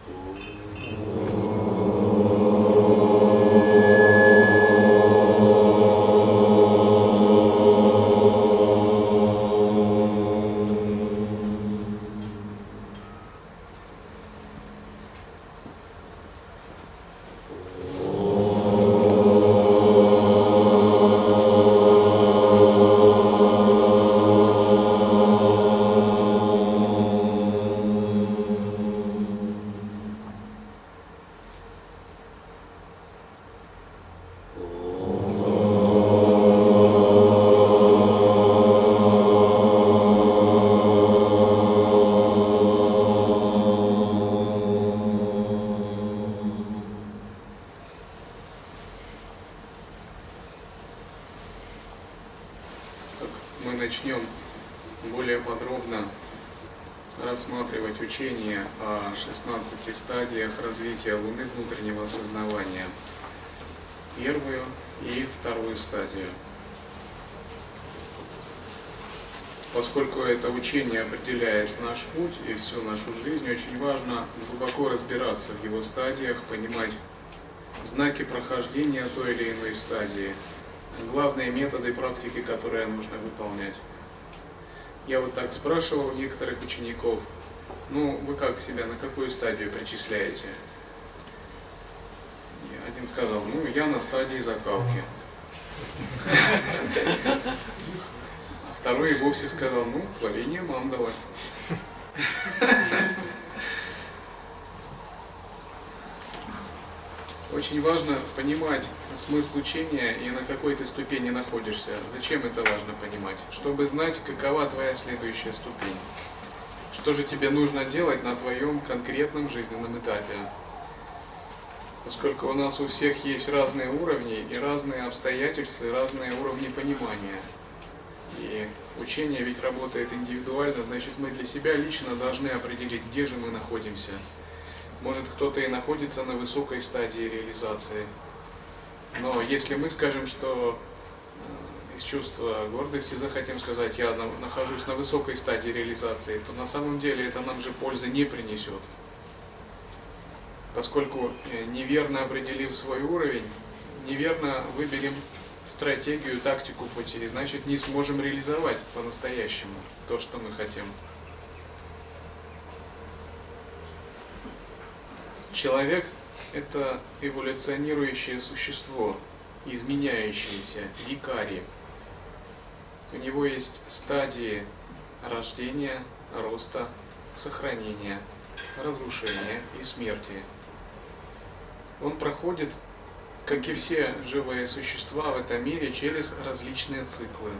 Мы начнем более подробно рассматривать учение о 16 стадиях развития Луны внутреннего осознавания. Первую и вторую стадию. Поскольку это учение определяет наш путь и всю нашу жизнь, очень важно глубоко разбираться в его стадиях, понимать знаки прохождения той или иной стадии, главные методы практики, которые нужно выполнять. Я вот так спрашивал у некоторых учеников: ну, вы как себя, на какую стадию причисляете? И один сказал: ну, я на стадии закалки. А второй и вовсе сказал: ну, творение мандалы. Очень важно понимать смысл учения и на какой ты ступени находишься. Зачем это важно понимать? Чтобы знать, какова твоя следующая ступень. Что же тебе нужно делать на твоем конкретном жизненном этапе. Поскольку у нас у всех есть разные уровни и разные обстоятельства, и разные уровни понимания. И учение ведь работает индивидуально, значит, мы для себя лично должны определить, где же мы находимся. Может, кто-то и находится на высокой стадии реализации. Но если мы скажем, что из чувства гордости захотим сказать: я нахожусь на высокой стадии реализации, то на самом деле это нам же пользы не принесет. Поскольку неверно определив свой уровень, неверно выберем стратегию, тактику пути, значит, не сможем реализовать по-настоящему то, что мы хотим. Человек – это эволюционирующее существо, изменяющееся, викарий. У него есть стадии рождения, роста, сохранения, разрушения и смерти. Он проходит, как и все живые существа в этом мире, через различные циклы.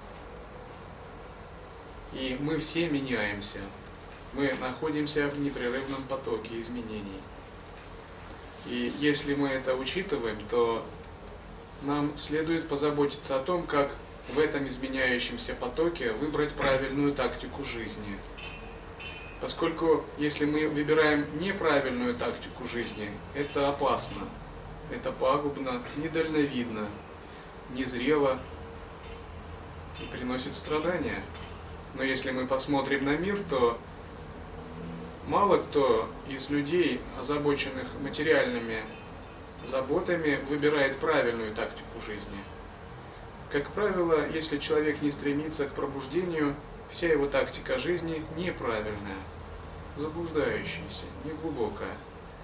И мы все меняемся. Мы находимся в непрерывном потоке изменений. И если мы это учитываем, то нам следует позаботиться о том, как в этом изменяющемся потоке выбрать правильную тактику жизни. Поскольку если мы выбираем неправильную тактику жизни, это опасно, это пагубно, недальновидно, незрело и приносит страдания. Но если мы посмотрим на мир, то мало кто из людей, озабоченных материальными заботами, выбирает правильную тактику жизни. Как правило, если человек не стремится к пробуждению, вся его тактика жизни неправильная, заблуждающаяся, неглубокая.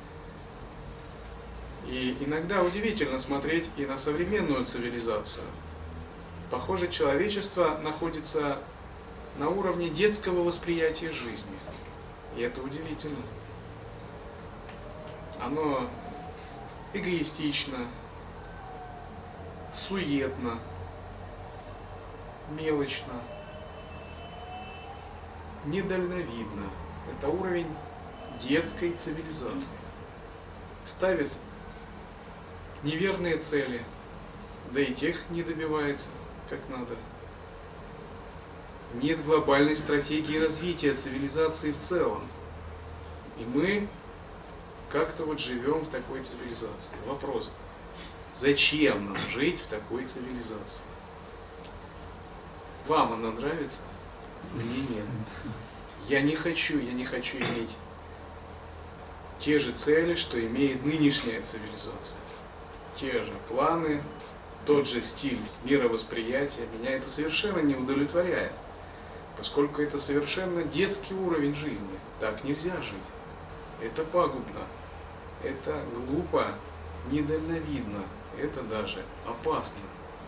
И иногда удивительно смотреть и на современную цивилизацию. Похоже, человечество находится на уровне детского восприятия жизни. И это удивительно. Оно эгоистично, суетно, мелочно, недальновидно. Это уровень детской цивилизации. Ставит неверные цели, да и тех не добивается как надо. Нет глобальной стратегии развития цивилизации в целом. И мы как-то вот живем в такой цивилизации. Вопрос: зачем нам жить в такой цивилизации? Вам она нравится? Мне нет. Я не хочу иметь те же цели, что имеет нынешняя цивилизация. Те же планы, тот же стиль мировосприятия. Меня это совершенно не удовлетворяет, поскольку это совершенно детский уровень жизни. Так нельзя жить. Это пагубно, это глупо, недальновидно, это даже опасно.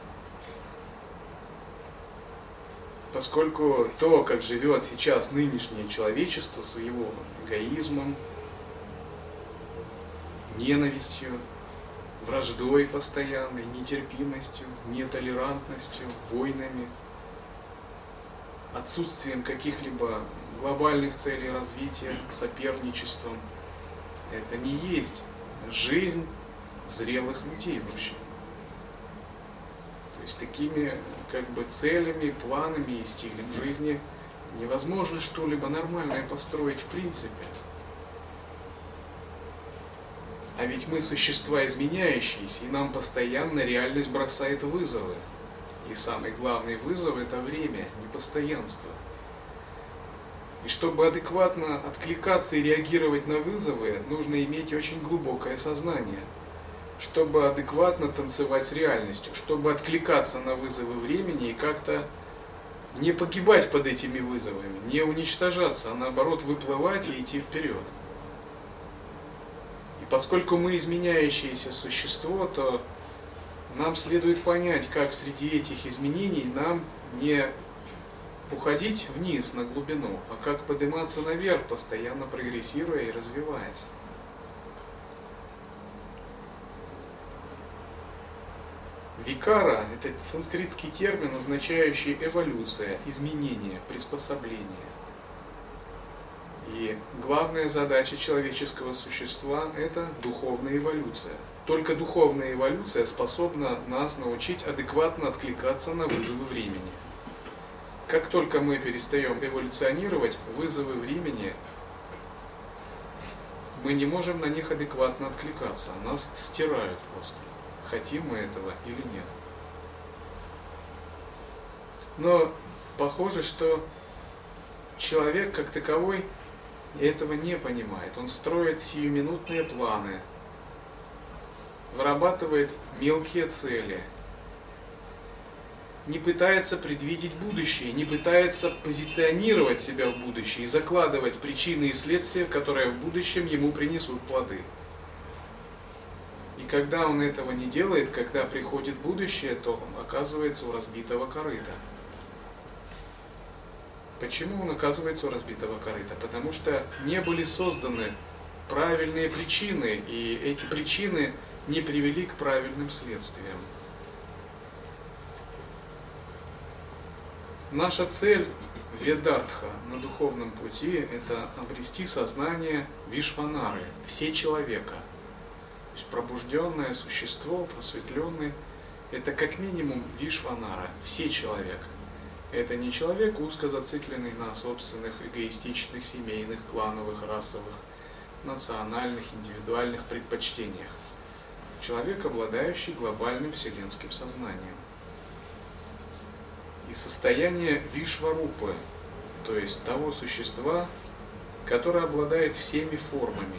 Поскольку то, как живет сейчас нынешнее человечество, с его эгоизмом, ненавистью, враждой постоянной, нетерпимостью, нетолерантностью, войнами, отсутствием каких-либо глобальных целей развития, соперничеством, это не есть жизнь зрелых людей вообще. То есть такими целями, планами и стилем жизни невозможно что-либо нормальное построить в принципе. А ведь мы существа изменяющиеся, и нам постоянно реальность бросает вызовы. И самый главный вызов – это время, непостоянство. И чтобы адекватно откликаться и реагировать на вызовы, нужно иметь очень глубокое сознание. Чтобы адекватно танцевать с реальностью, чтобы откликаться на вызовы времени и как-то не погибать под этими вызовами, не уничтожаться, а наоборот выплывать и идти вперед. И поскольку мы изменяющееся существо, то нам следует понять, как среди этих изменений нам не уходить вниз на глубину, а как подниматься наверх, постоянно прогрессируя и развиваясь. Викара – это санскритский термин, означающий эволюция, изменение, приспособление. И главная задача человеческого существа – это духовная эволюция. Только духовная эволюция способна нас научить адекватно откликаться на вызовы времени. Как только мы перестаем эволюционировать, вызовы времени, мы не можем на них адекватно откликаться, нас стирают просто. Хотим мы этого или нет. Но похоже, что человек как таковой этого не понимает. Он строит сиюминутные планы, вырабатывает мелкие цели, не пытается предвидеть будущее, не пытается позиционировать себя в будущее и закладывать причины и следствия, которые в будущем ему принесут плоды. И когда он этого не делает, когда приходит будущее, то он оказывается у разбитого корыта. Почему он оказывается у разбитого корыта? Потому что не были созданы правильные причины, и эти причины не привели к правильным следствиям. Наша цель веддартха на духовном пути – это обрести сознание Вишванары, все человека. То есть пробужденное существо, просветленный – это как минимум Вишванара, все человек. Это не человек, узко зацикленный на собственных эгоистичных, семейных, клановых, расовых, национальных, индивидуальных предпочтениях. Человек, обладающий глобальным вселенским сознанием. И состояние Вишварупы, то есть того существа, которое обладает всеми формами.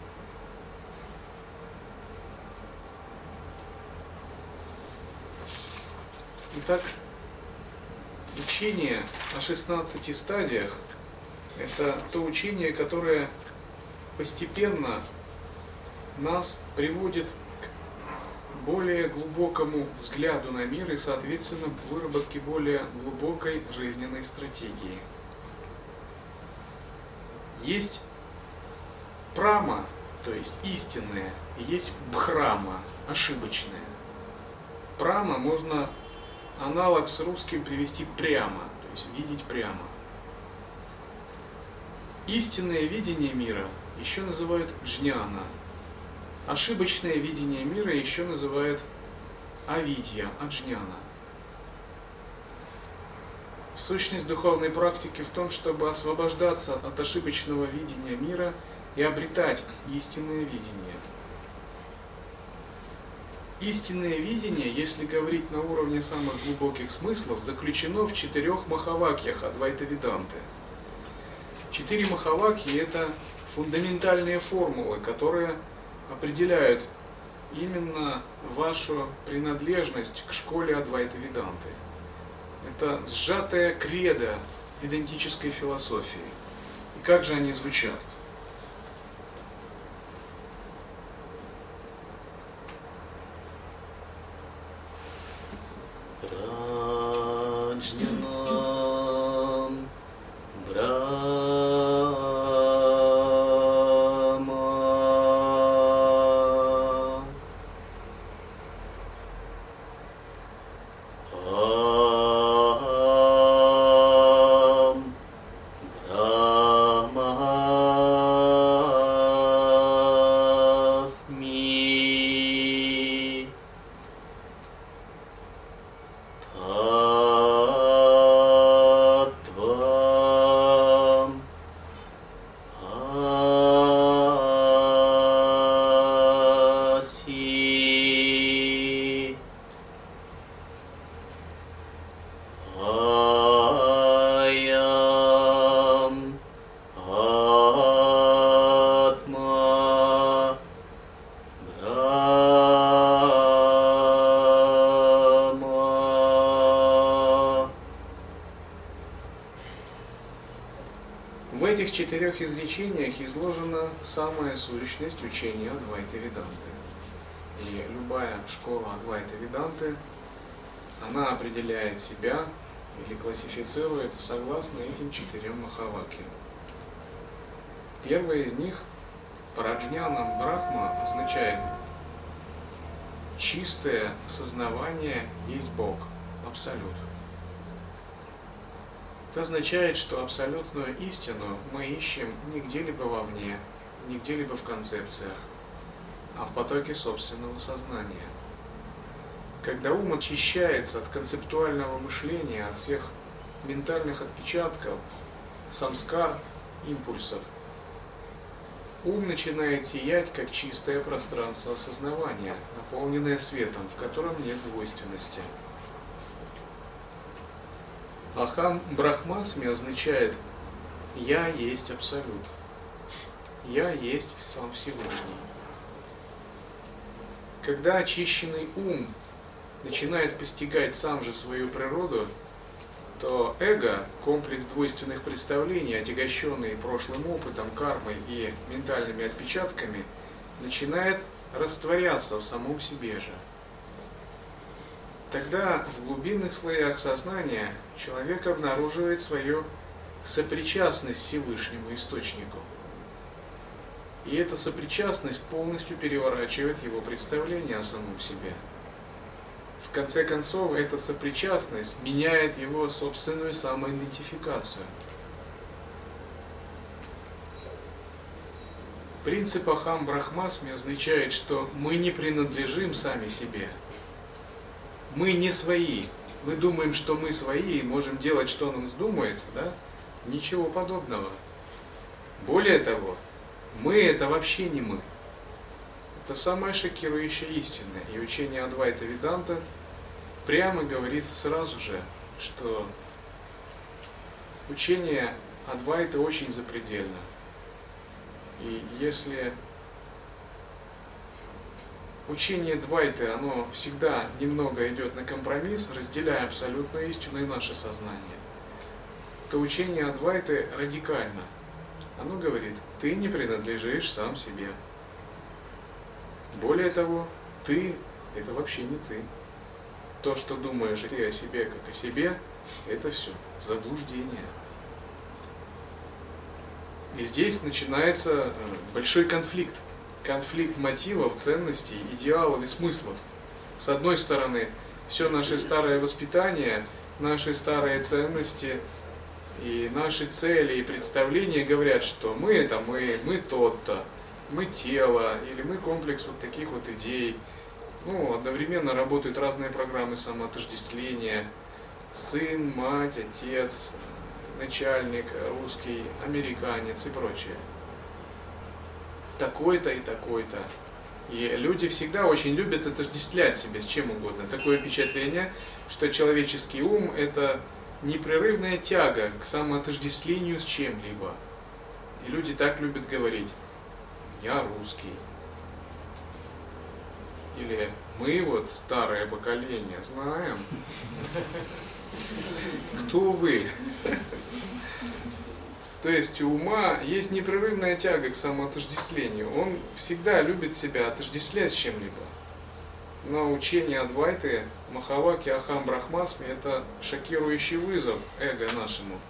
Итак, учение о 16 стадиях – это то учение, которое постепенно нас приводит к более глубокому взгляду на мир и, соответственно, выработке более глубокой жизненной стратегии. Есть прама, то есть истинное, и есть бхрама, ошибочное. Прама можно аналог с русским привести прямо, то есть видеть прямо. Истинное видение мира еще называют джняна. Ошибочное видение мира еще называют авидья, аджняна. Сущность духовной практики в том, чтобы освобождаться от ошибочного видения мира и обретать истинное видение. Истинное видение, если говорить на уровне самых глубоких смыслов, заключено в 4 махавакьях Адвайта Веданты. 4 махавакьи – это фундаментальные формулы, которые определяют именно вашу принадлежность к школе Адвайта Веданты. Это сжатая кредо ведантической философии. И как же они звучат? Праджнянам Брахма Ам Брахмасми Таттвам Аси Аям Атма Брахма. В этих 4 изречениях изложена самая сущность учения Адвайта Веданты. И любая школа Адвайта Веданты, она определяет себя или классифицирует согласно этим 4 махавакьям. Первая из них, Праджнянам Брахма, означает чистое осознавание есть Бог, Абсолют. Это означает, что абсолютную истину мы ищем не где-либо вовне, не где-либо в концепциях, а в потоке собственного сознания. Когда ум очищается от концептуального мышления, от всех ментальных отпечатков, самскар, импульсов, ум начинает сиять, как чистое пространство осознавания, наполненное светом, в котором нет двойственности. Ахам Брахмасми означает «Я есть Абсолют», «Я есть сам Всевышний». Когда очищенный ум начинает постигать сам же свою природу, то эго, комплекс двойственных представлений, отягощенный прошлым опытом, кармой и ментальными отпечатками, начинает растворяться в самом себе же. Тогда в глубинных слоях сознания человек обнаруживает свою сопричастность Всевышнему Источнику. И эта сопричастность полностью переворачивает его представление о самом себе. В конце концов, эта сопричастность меняет его собственную самоидентификацию. Принцип Ахам Брахмасми означает, что мы не принадлежим сами себе. Мы не свои. Мы думаем, что мы свои и можем делать, что нам вздумается, да? Ничего подобного. Более того, мы это вообще не мы. Это самая шокирующая истина. И учение Адвайта Веданта прямо говорит сразу же, что учение Адвайта очень запредельно. И если учение Двайты, оно всегда немного идет на компромисс, разделяя абсолютную истину и наше сознание, то учение Адвайты радикально. Оно говорит, ты не принадлежишь сам себе. Более того, ты – это вообще не ты. То, что думаешь ты о себе как о себе, это все заблуждение. И здесь начинается большой конфликт. Конфликт мотивов, ценностей, идеалов и смыслов. С одной стороны, все наше старое воспитание, наши старые ценности и наши цели и представления говорят, что мы это мы тот-то, мы тело, или мы комплекс вот таких вот идей. Ну, одновременно работают разные программы самоотождествления. Сын, мать, отец, начальник, русский, американец и прочее. Такой-то и такой-то. И люди всегда очень любят отождествлять себя с чем угодно. Такое впечатление, что человеческий ум – это непрерывная тяга к самоотождествлению с чем-либо. И люди так любят говорить: я русский. Или мы вот старое поколение знаем, кто вы. То есть у ума есть непрерывная тяга к самоотождествлению. Он всегда любит себя отождествлять с чем-либо. Но учение Адвайты, Махаваки, Ахам Брахмасми – это шокирующий вызов эго нашему.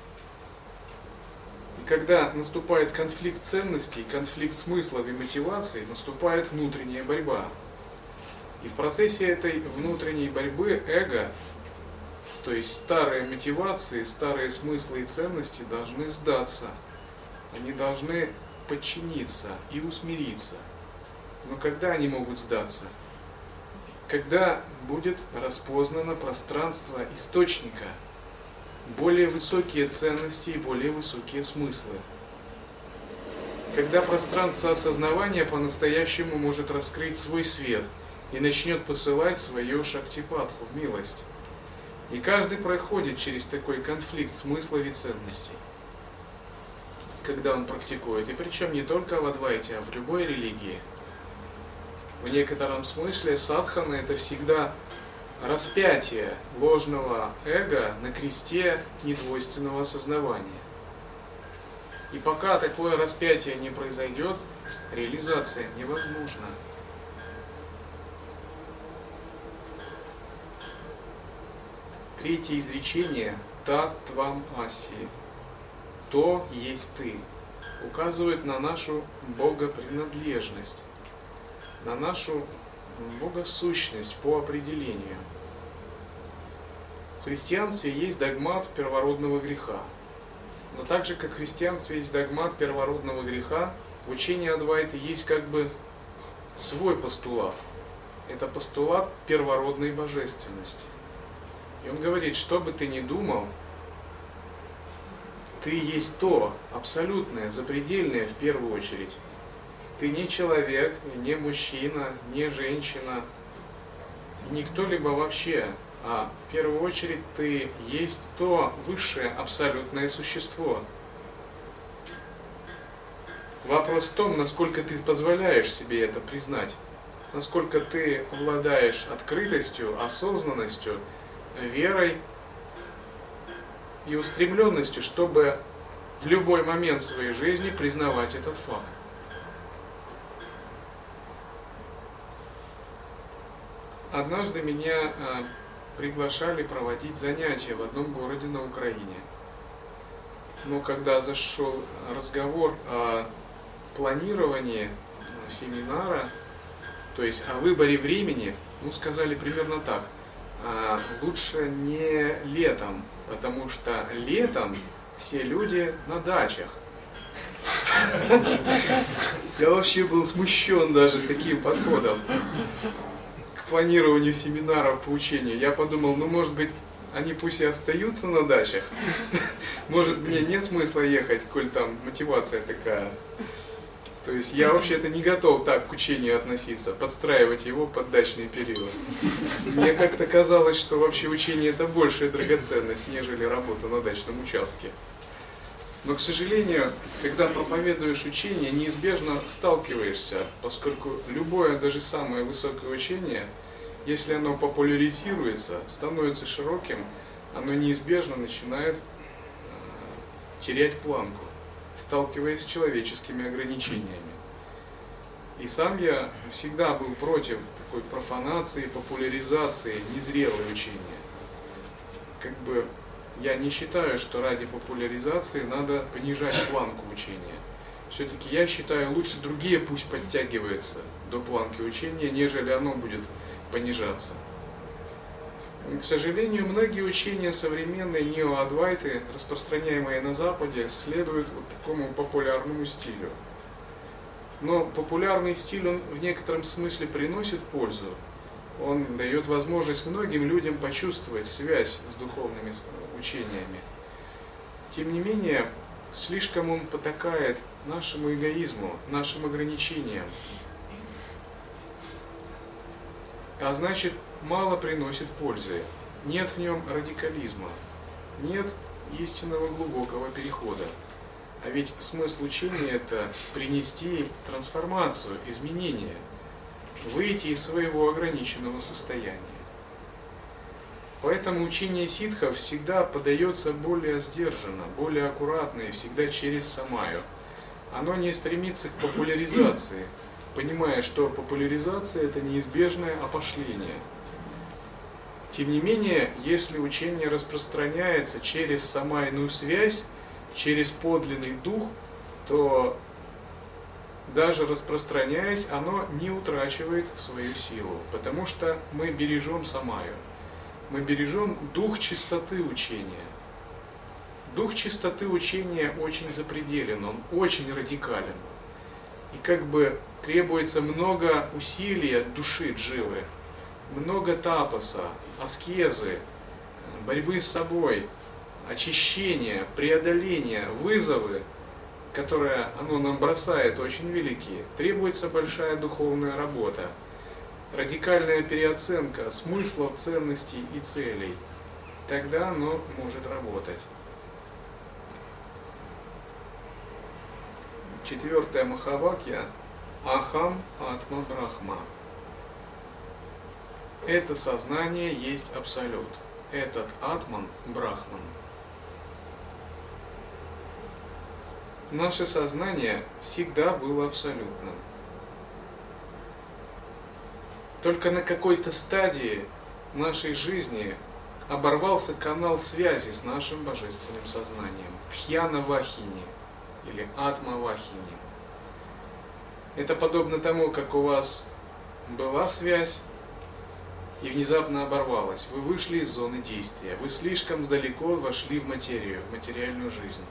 И когда наступает конфликт ценностей, конфликт смыслов и мотиваций, наступает внутренняя борьба. И в процессе этой внутренней борьбы эго, то есть старые мотивации, старые смыслы и ценности должны сдаться. Они должны подчиниться и усмириться. Но когда они могут сдаться? Когда будет распознано пространство источника, более высокие ценности и более высокие смыслы. Когда пространство осознавания по-настоящему может раскрыть свой свет и начнет посылать свою шактипатху в милость. И каждый проходит через такой конфликт смыслов и ценностей, когда он практикует. И причем не только в Адвайте, а в любой религии. В некотором смысле садхана – это всегда распятие ложного эго на кресте недвойственного осознавания. И пока такое распятие не произойдет, реализация невозможна. Третье изречение «Тат твам аси» – «То есть ты» указывает на нашу богопринадлежность, на нашу богосущность по определению. В христианстве есть догмат первородного греха. Но так же, как в христианстве есть догмат первородного греха, в учении Адвайты есть как бы свой постулат. Это постулат первородной божественности. И он говорит, что бы ты ни думал, ты есть то, абсолютное, запредельное в первую очередь. Ты не человек, не мужчина, не женщина, не кто-либо вообще, а в первую очередь ты есть то высшее абсолютное существо. Вопрос в том, насколько ты позволяешь себе это признать, насколько ты обладаешь открытостью, осознанностью, верой и устремленностью, чтобы в любой момент своей жизни признавать этот факт. Однажды меня приглашали проводить занятия в одном городе на Украине. Но когда зашел разговор о планировании семинара, то есть о выборе времени, сказали примерно так: лучше не летом, потому что летом все люди на дачах. Я вообще был смущен даже таким подходом к планированию семинаров по учению. Я подумал, может быть, они пусть и остаются на дачах. Может, мне нет смысла ехать, коль там мотивация такая. То есть я вообще-то не готов так к учению относиться, подстраивать его под дачный период. Мне как-то казалось, что вообще учение это большая драгоценность, нежели работа на дачном участке. Но, к сожалению, когда проповедуешь учение, неизбежно сталкиваешься, поскольку любое, даже самое высокое учение, если оно популяризируется, становится широким, оно неизбежно начинает терять планку, сталкиваясь с человеческими ограничениями. И сам я всегда был против такой профанации, популяризации, незрелого учения. Я не считаю, что ради популяризации надо понижать планку учения. Все-таки я считаю, лучше другие пусть подтягиваются до планки учения, нежели оно будет понижаться. И, к сожалению, многие учения современной неоадвайты, распространяемые на Западе, следуют такому популярному стилю. Но популярный стиль, он в некотором смысле приносит пользу. Он дает возможность многим людям почувствовать связь с духовными учениями. Тем не менее, слишком он потакает нашему эгоизму, нашим ограничениям. А значит, мало приносит пользы. Нет в нем радикализма, нет истинного глубокого перехода. А ведь смысл учения – это принести трансформацию, изменения, выйти из своего ограниченного состояния. Поэтому учение ситхов всегда подается более сдержанно, более аккуратно и всегда через самаю. Оно не стремится к популяризации, понимая, что популяризация – это неизбежное опошление. Тем не менее, если учение распространяется через самайную связь, через подлинный дух, то даже распространяясь, оно не утрачивает свою силу, потому что мы бережем самаю. Мы бережем дух чистоты учения. Дух чистоты учения очень запределен, он очень радикален. И как бы требуется много усилий от души дживы, много тапаса, аскезы, борьбы с собой, очищения, преодоления, вызовы, которые оно нам бросает, очень велики. Требуется большая духовная работа, радикальная переоценка смыслов, ценностей и целей. Тогда оно может работать. 4-я Махавакья – Ахам Атма Брахма. Это сознание есть Абсолют. Этот Атман – Брахман. Наше сознание всегда было абсолютным. Только на какой-то стадии нашей жизни оборвался канал связи с нашим божественным сознанием. Дхьяна Вахини или Атма Вахини. Это подобно тому, как у вас была связь и внезапно оборвалась. Вы вышли из зоны действия. Вы слишком далеко вошли в материю, в материальную жизнь.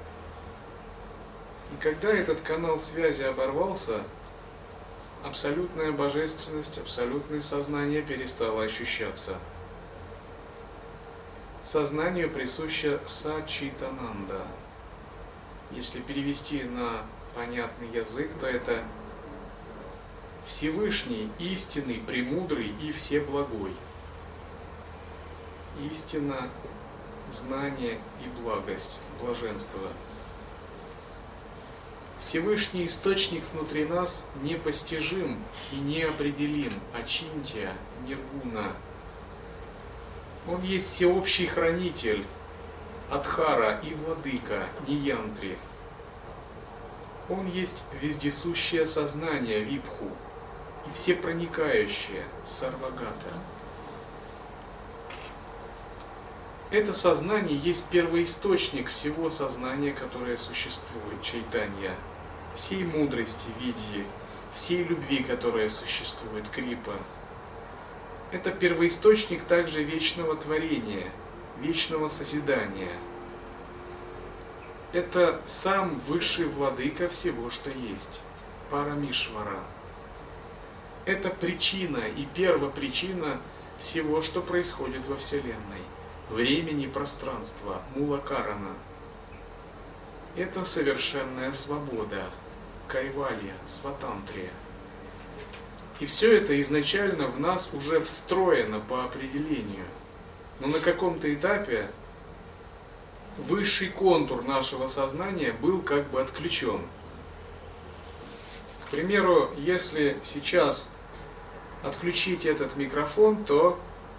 И когда этот канал связи оборвался, абсолютная божественность, абсолютное сознание перестало ощущаться. Сознанию присуща Сачитананда. Если перевести на понятный язык, то это Всевышний, истинный, премудрый и всеблагой. Истина, знание и благость, блаженство. Всевышний источник внутри нас непостижим и неопределим, ачинтья, ниргуна. Он есть всеобщий хранитель, адхара и владыка, ниянтри. Он есть вездесущее сознание, випху, и всепроникающее, сарвагата. Это сознание есть первоисточник всего сознания, которое существует, чайтанья, всей мудрости, видьи, всей любви, которая существует, крипа. Это первоисточник также вечного творения, вечного созидания. Это сам высший владыка всего, что есть, Парамишвара. Это причина и первопричина всего, что происходит во Вселенной. Времени, пространства, мулакарана. Это совершенная свобода, кайвалья, сватантрия. И все это изначально в нас уже встроено по определению. Но на каком-то этапе высший контур нашего сознания был как бы отключен. К примеру, если сейчас отключить этот микрофон, то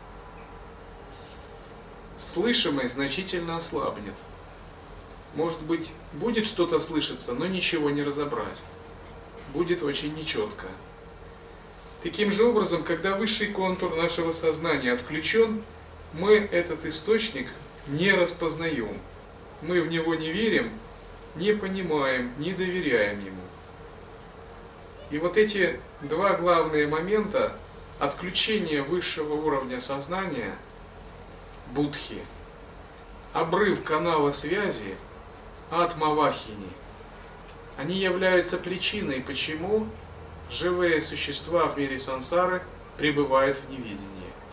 слышимость значительно ослабнет. Может быть, будет что-то слышаться, но ничего не разобрать. Будет очень нечетко. Таким же образом, когда высший контур нашего сознания отключен, мы этот источник не распознаем. Мы в него не верим, не понимаем, не доверяем ему. И вот эти два главные момента – отключение высшего уровня сознания, будхи, обрыв канала связи, атмавахини, они являются причиной, почему живые существа в мире сансары пребывают в неведении.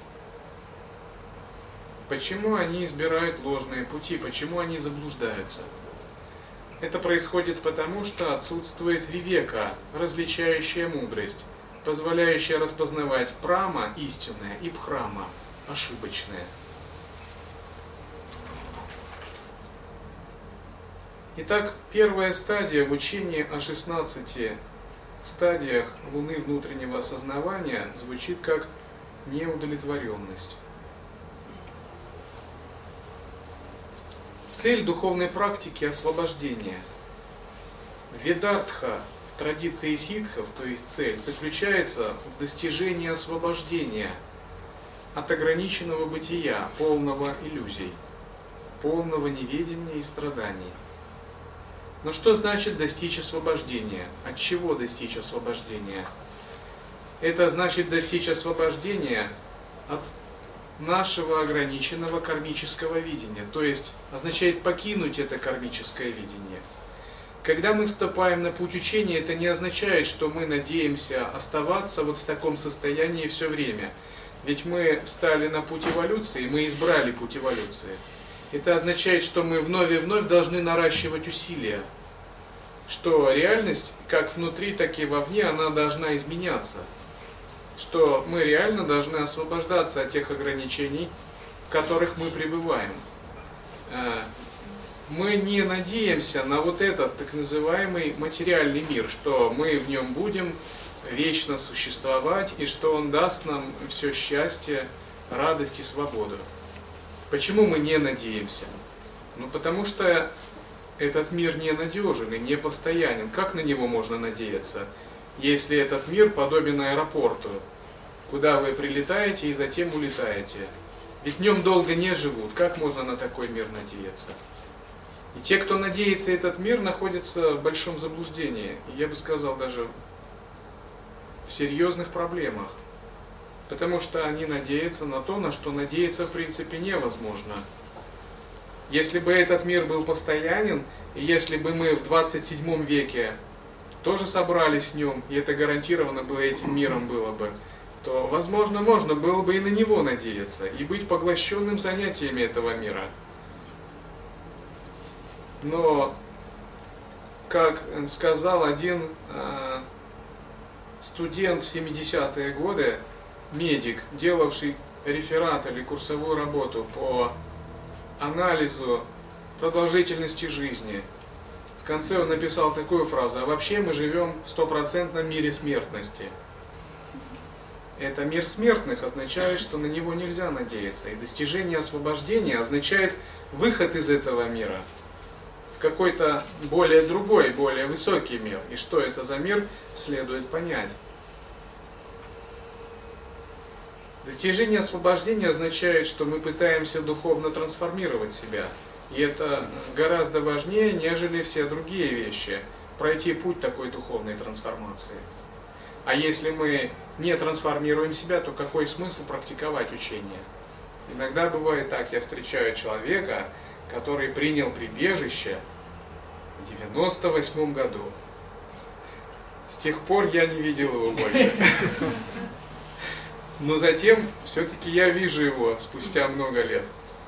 Почему они избирают ложные пути, почему они заблуждаются? Это происходит потому, что отсутствует вивека, различающая мудрость, позволяющая распознавать прама истинное и бхрама ошибочное. Итак, первая стадия в учении о 16 стадиях Луны внутреннего осознавания звучит как неудовлетворенность. Цель духовной практики – освобождение. Ведартха в традиции ситхов, то есть цель, заключается в достижении освобождения от ограниченного бытия, полного иллюзий, полного неведения и страданий. Но что значит достичь освобождения? От чего достичь освобождения? Это значит достичь освобождения от нашего ограниченного кармического видения, то есть означает покинуть это кармическое видение. Когда мы вступаем на путь учения, это не означает, что мы надеемся оставаться вот в таком состоянии все время. Ведь мы встали на путь эволюции, мы избрали путь эволюции. Это означает, что мы вновь и вновь должны наращивать усилия, что реальность, как внутри, так и вовне, она должна изменяться, что мы реально должны освобождаться от тех ограничений, в которых мы пребываем. Мы не надеемся на вот этот так называемый материальный мир, что мы в нем будем вечно существовать и что он даст нам все счастье, радость и свободу. Почему мы не надеемся? Ну потому что этот мир ненадежен и не постоянен. Как на него можно надеяться, если этот мир подобен аэропорту, куда вы прилетаете и затем улетаете? Ведь в нем долго не живут. Как можно на такой мир надеяться? И те, кто надеется этот мир, находятся в большом заблуждении. И я бы сказал, даже в серьезных проблемах. Потому что они надеются на то, на что надеяться в принципе невозможно. Если бы этот мир был постоянен, и если бы мы в 27 веке тоже собрались в нем, и это гарантированно было этим миром было бы, то, возможно, можно было бы и на него надеяться, и быть поглощенным занятиями этого мира. Но, как сказал один студент в 70-е годы, медик, делавший реферат или курсовую работу по анализу продолжительности жизни, в конце он написал такую фразу: а вообще мы живем в 100% мире смертности. Это мир смертных означает, что на него нельзя надеяться. И достижение освобождения означает выход из этого мира в какой-то более другой, более высокий мир. И что это за мир, следует понять. Достижение освобождения означает, что мы пытаемся духовно трансформировать себя. И это гораздо важнее, нежели все другие вещи. Пройти путь такой духовной трансформации. А если мы не трансформируем себя, то какой смысл практиковать учение? Иногда бывает так, я встречаю человека, который принял прибежище в 98 году. С тех пор я не видел его больше. Но затем все-таки я вижу его спустя много лет.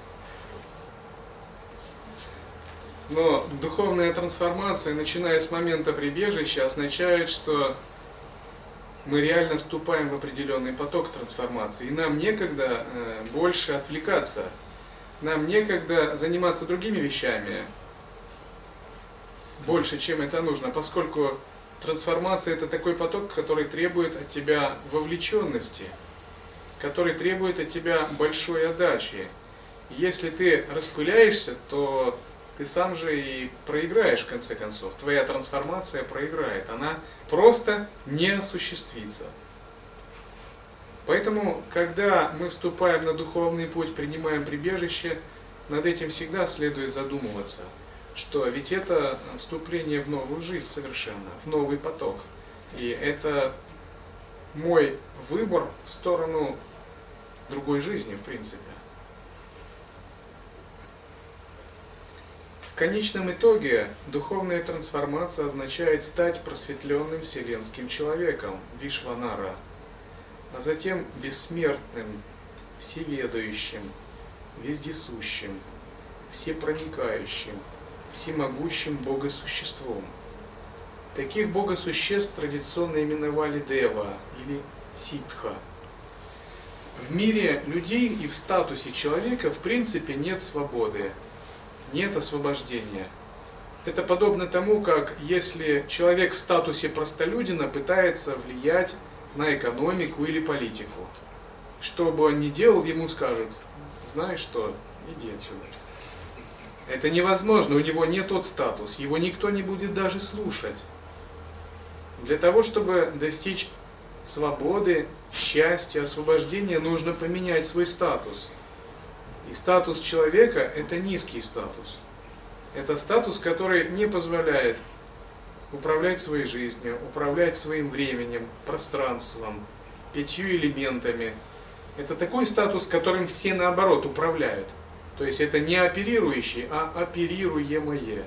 Но духовная трансформация, начиная с момента прибежища, означает, что мы реально вступаем в определенный поток трансформации. И нам некогда больше отвлекаться. Нам некогда заниматься другими вещами больше, чем это нужно, поскольку трансформация – это такой поток, который требует от тебя вовлеченности, который требует от тебя большой отдачи. Если ты распыляешься, то ты сам же и проиграешь в конце концов. Твоя трансформация проиграет, она просто не осуществится. Поэтому, когда мы вступаем на духовный путь, принимаем прибежище, над этим всегда следует задумываться, что ведь это вступление в новую жизнь совершенно, в новый поток. И это мой выбор в сторону другой жизни, в принципе. В конечном итоге духовная трансформация означает стать просветленным вселенским человеком, Вишванара, а затем бессмертным, всеведающим, вездесущим, всепроникающим, всемогущим богосуществом. Таких богосуществ традиционно именовали Дева или Ситха. В мире людей и в статусе человека в принципе нет свободы, нет освобождения. Это подобно тому, как если человек в статусе простолюдина пытается влиять на экономику или политику. Что бы он ни делал, ему скажут: знаешь что, иди отсюда. Это невозможно, у него не тот статус, его никто не будет даже слушать. Для того, чтобы достичь свободы, счастья, освобождения, нужно поменять свой статус. И статус человека – это низкий статус. Это статус, который не позволяет управлять своей жизнью, управлять своим временем, пространством, 5 элементами. Это такой статус, которым все наоборот управляют. То есть это не оперирующий, а оперируемое.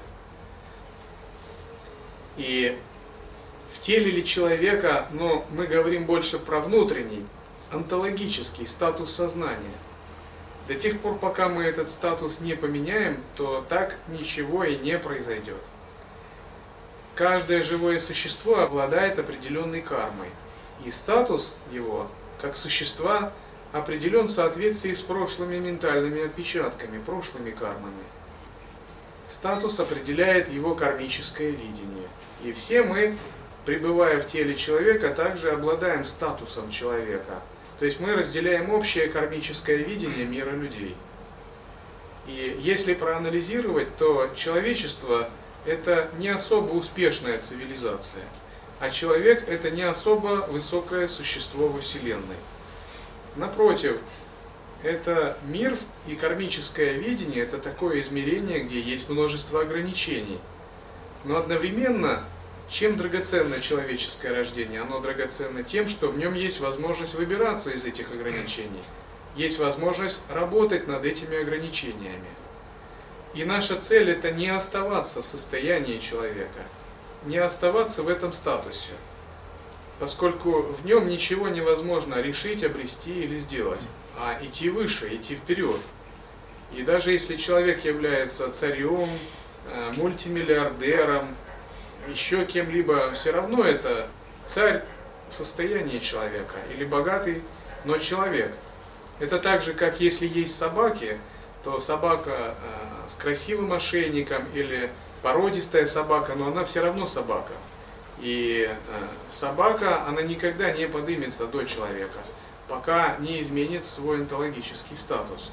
И в теле ли человека, но мы говорим больше про внутренний, онтологический статус сознания. До тех пор, пока мы этот статус не поменяем, то так ничего и не произойдет. Каждое живое существо обладает определенной кармой. И статус его, как существа, определен в соответствии с прошлыми ментальными отпечатками, прошлыми кармами. Статус определяет его кармическое видение. И все мы, пребывая в теле человека, также обладаем статусом человека. То есть мы разделяем общее кармическое видение мира людей. И если проанализировать, то человечество – это не особо успешная цивилизация, а человек – это не особо высокое существо во Вселенной. Напротив, это мир и кармическое видение – это такое измерение, где есть множество ограничений. Но одновременно, чем драгоценно человеческое рождение? Оно драгоценно тем, что в нем есть возможность выбираться из этих ограничений. Есть возможность работать над этими ограничениями. И наша цель – это не оставаться в состоянии человека, не оставаться в этом статусе, поскольку в нем ничего невозможно решить, обрести или сделать, а идти выше, идти вперед. И даже если человек является царем, мультимиллиардером, еще кем-либо, все равно это царь в состоянии человека, или богатый, но человек. Это так же, как если есть собаки, то собака с красивым ошейником или породистая собака, но она все равно собака. И собака, она никогда не поднимется до человека, пока не изменит свой онтологический статус.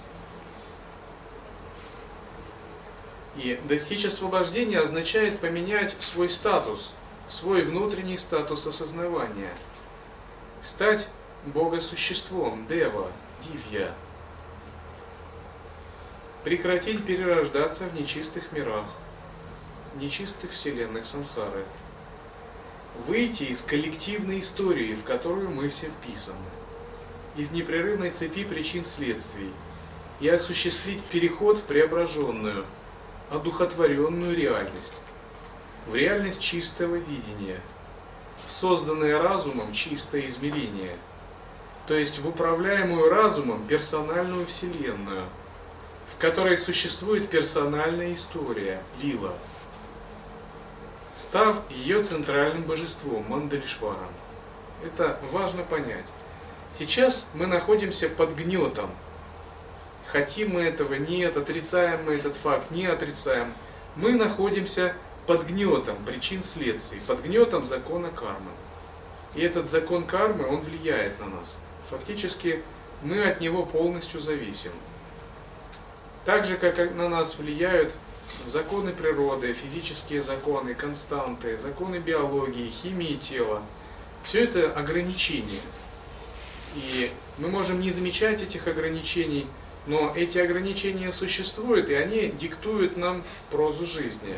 И достичь освобождения означает поменять свой статус, свой внутренний статус осознавания, стать богосуществом, дева, дивья, прекратить перерождаться в нечистых мирах, нечистых вселенных сансары, выйти из коллективной истории, в которую мы все вписаны, из непрерывной цепи причин-следствий, и осуществить переход в преображенную, одухотворенную реальность, в реальность чистого видения, в созданное разумом чистое измерение, то есть в управляемую разумом персональную вселенную, в которой существует персональная история, лила, став ее центральным божеством, Мандалишваром. Это важно понять. Сейчас мы находимся под гнетом. Хотим мы этого, нет, отрицаем мы этот факт, не отрицаем. Мы находимся под гнетом причин-следствий, под гнетом закона кармы. И этот закон кармы, он влияет на нас. Фактически мы от него полностью зависим. Так же, как на нас влияют законы природы, физические законы, константы, законы биологии, химии тела. Все это ограничения. И мы можем не замечать этих ограничений, но эти ограничения существуют, и они диктуют нам прозу жизни.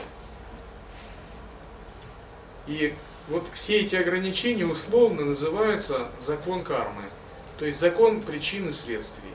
И вот все эти ограничения условно называются закон кармы, то есть закон причин и следствий.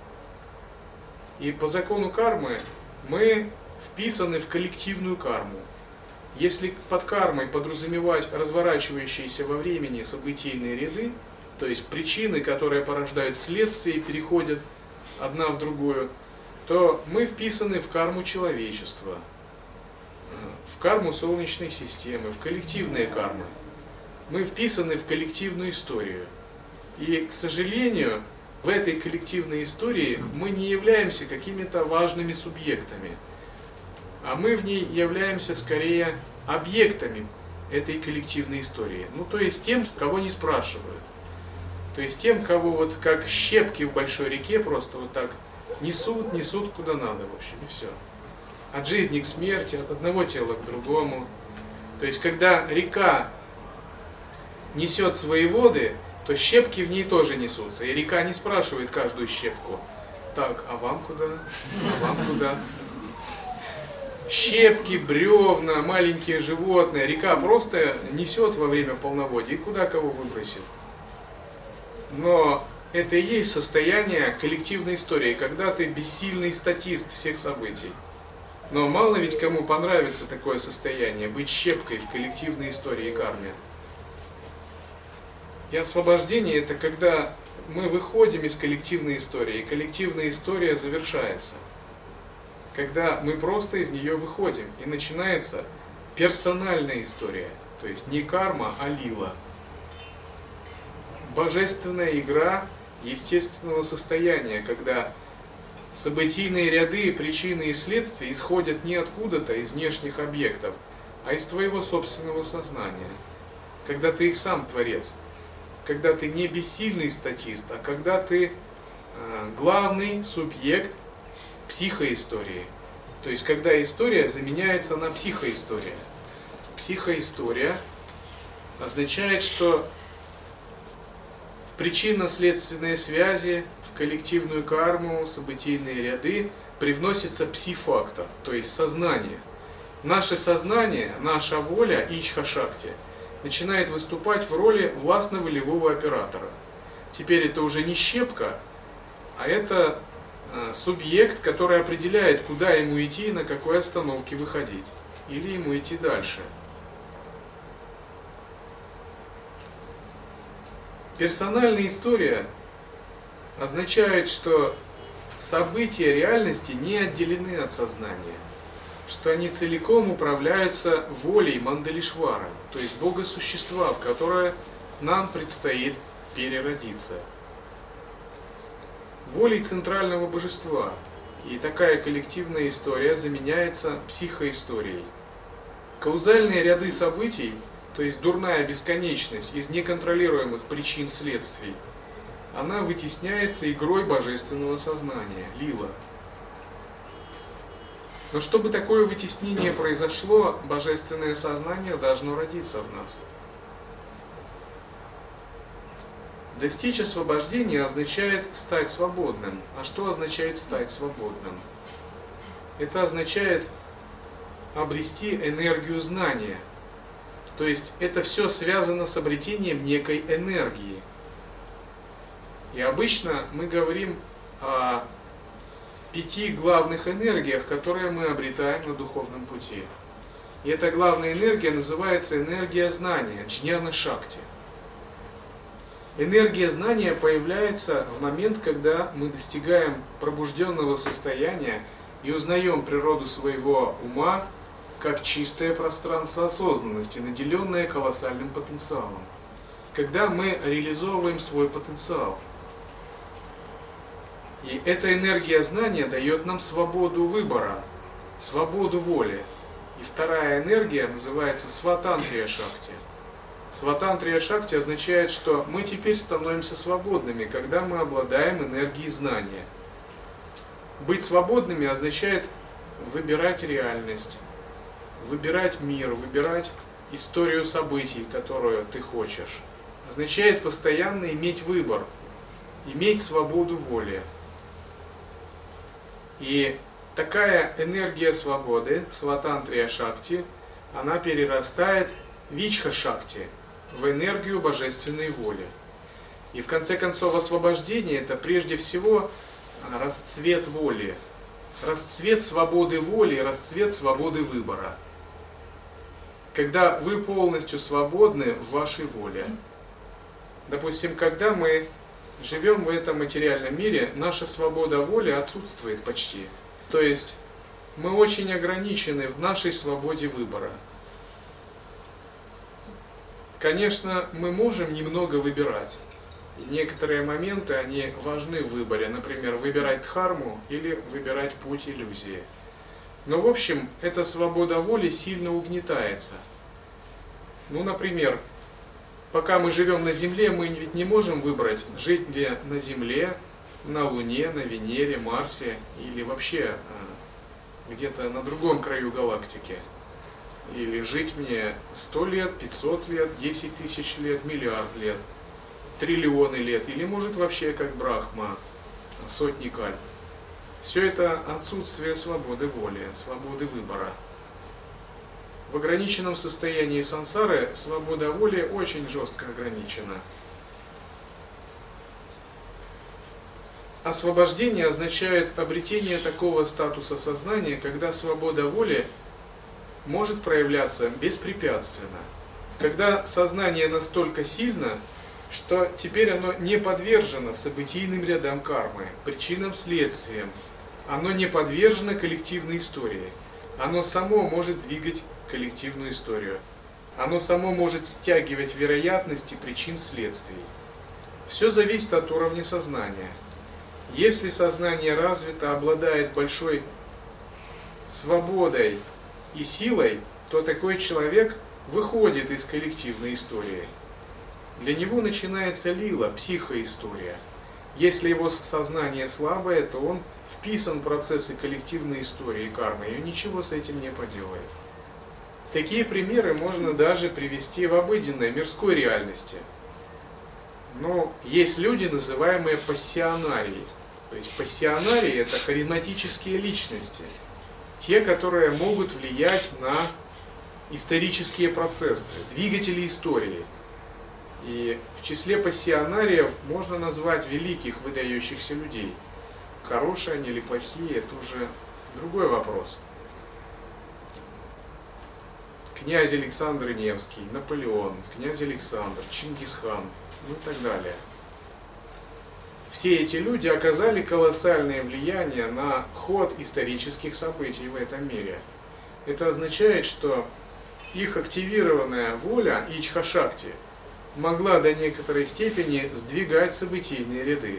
И по закону кармы мы вписаны в коллективную карму. Если под кармой подразумевать разворачивающиеся во времени событийные ряды, то есть причины, которые порождают следствие и переходят одна в другую, то мы вписаны в карму человечества, в карму Солнечной системы, в коллективные кармы. Мы вписаны в коллективную историю. И, к сожалению, в этой коллективной истории мы не являемся какими-то важными субъектами. а мы в ней являемся скорее объектами этой коллективной истории. Ну, то есть тем, кого не спрашивают. То есть тем, кого вот как щепки в большой реке просто вот так несут куда надо, в общем, и все. От жизни к смерти, от одного тела к другому. То есть когда река несет свои воды, то щепки в ней тоже несутся. И река не спрашивает каждую щепку: так, а вам куда? А вам куда? Щепки, бревна, маленькие животные. Река просто несет во время полноводья и куда кого выбросит. Но это и есть состояние коллективной истории, когда ты бессильный статист всех событий. Но мало ведь кому понравится такое состояние, быть щепкой в коллективной истории и карме. И освобождение — это когда мы выходим из коллективной истории, и коллективная история завершается. Когда мы просто из нее выходим, и начинается персональная история, то есть не карма, а лила. Божественная игра естественного состояния, когда событийные ряды, причины и следствия исходят не откуда-то из внешних объектов, а из твоего собственного сознания. Когда ты их сам творец, когда ты не бессильный статист, а когда ты главный субъект психоистории. То есть когда история заменяется на психоистория. Психоистория означает, что в причинно-следственные связи, в коллективную карму, событийные ряды привносится пси-фактор, то есть сознание. Наше сознание, наша воля, ичха-шакти, начинает выступать в роли властно-волевого оператора. Теперь это уже не щепка, а это субъект, который определяет, куда ему идти и на какой остановке выходить. Или ему идти дальше. Персональная история означает, что события реальности не отделены от сознания, что они целиком управляются волей Мандалишвара, то есть Бога-существа, в которое нам предстоит переродиться. Волей центрального божества. И такая коллективная история заменяется психоисторией. Каузальные ряды событий, то есть дурная бесконечность из неконтролируемых причин следствий, она вытесняется игрой божественного сознания, лила. Но чтобы такое вытеснение произошло, божественное сознание должно родиться в нас. Достичь освобождения означает стать свободным. А что означает стать свободным? Это означает обрести энергию знания. То есть это все связано с обретением некой энергии. И обычно мы говорим о 5 главных энергиях, которые мы обретаем на духовном пути. И эта главная энергия называется энергия знания, джняна-шакти. Энергия знания появляется в момент, когда мы достигаем пробужденного состояния и узнаем природу своего ума как чистое пространство осознанности, наделенное колоссальным потенциалом. Когда мы реализовываем свой потенциал. И эта энергия знания дает нам свободу выбора, свободу воли. И вторая энергия называется сватантрия-шакти. Сватантрия-шакти означает, что мы теперь становимся свободными, когда мы обладаем энергией знания. Быть свободными означает выбирать реальность, выбирать мир, выбирать историю событий, которую ты хочешь. Означает постоянно иметь выбор, иметь свободу воли. И такая энергия свободы, сватантрия-шакти, она перерастает в ичха-шакти, в энергию божественной воли. И в конце концов освобождение — это прежде всего расцвет воли, расцвет свободы воли, расцвет свободы выбора. Когда вы полностью свободны в вашей воле. Допустим, когда мы живем в этом материальном мире, наша свобода воли отсутствует почти. То есть мы очень ограничены в нашей свободе выбора. Конечно, мы можем немного выбирать. И некоторые моменты, они важны в выборе. Например, выбирать дхарму или выбирать путь иллюзии. Но в общем, эта свобода воли сильно угнетается. Ну, например, пока мы живем на Земле, мы ведь не можем выбрать, жить ли на Земле, на Луне, на Венере, Марсе или вообще где-то на другом краю галактики. Или жить мне 100 лет, 500 лет, 10 тысяч лет, миллиард лет, триллионы лет, или может вообще как Брахма, сотни кальп. Все это отсутствие свободы воли, свободы выбора. В ограниченном состоянии сансары свобода воли очень жестко ограничена. Освобождение означает обретение такого статуса сознания, когда свобода воли может проявляться беспрепятственно. Когда сознание настолько сильно, что теперь оно не подвержено событийным рядам кармы, причинам, следствиям. Оно не подвержено коллективной истории. Оно само может двигать коллективную историю. Оно само может стягивать вероятности причин следствий. Все зависит от уровня сознания. Если сознание развито, обладает большой свободой и силой, то такой человек выходит из коллективной истории. Для него начинается лила, психоистория. Если его сознание слабое, то он вписан в процессы коллективной истории кармы, и ничего с этим не поделает. Такие примеры можно даже привести в обыденной мирской реальности. Но есть люди, называемые пассионарии. То есть пассионарии – это харизматические личности, те, которые могут влиять на исторические процессы, двигатели истории. И в числе пассионариев можно назвать великих выдающихся людей. Хорошие они или плохие – это уже другой вопрос. Князь Александр Невский, Наполеон, князь Александр, Чингисхан, ну и так далее. Все эти люди оказали колоссальное влияние на ход исторических событий в этом мире. Это означает, что их активированная воля Ичха-шакти могла до некоторой степени сдвигать событийные ряды.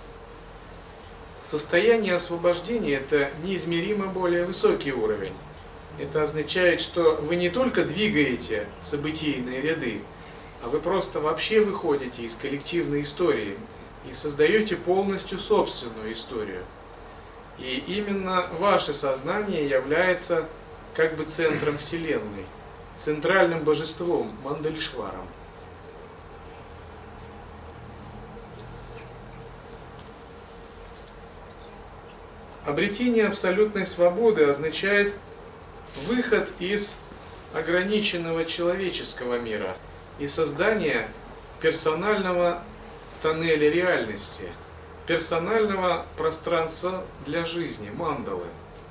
Состояние освобождения – это неизмеримо более высокий уровень. Это означает, что вы не только двигаете событийные ряды, а вы просто вообще выходите из коллективной истории и создаете полностью собственную историю. И именно ваше сознание является как бы центром Вселенной, центральным божеством, Мандалишваром. Обретение абсолютной свободы означает выход из ограниченного человеческого мира и создание персонального тоннеля реальности, персонального пространства для жизни, мандалы.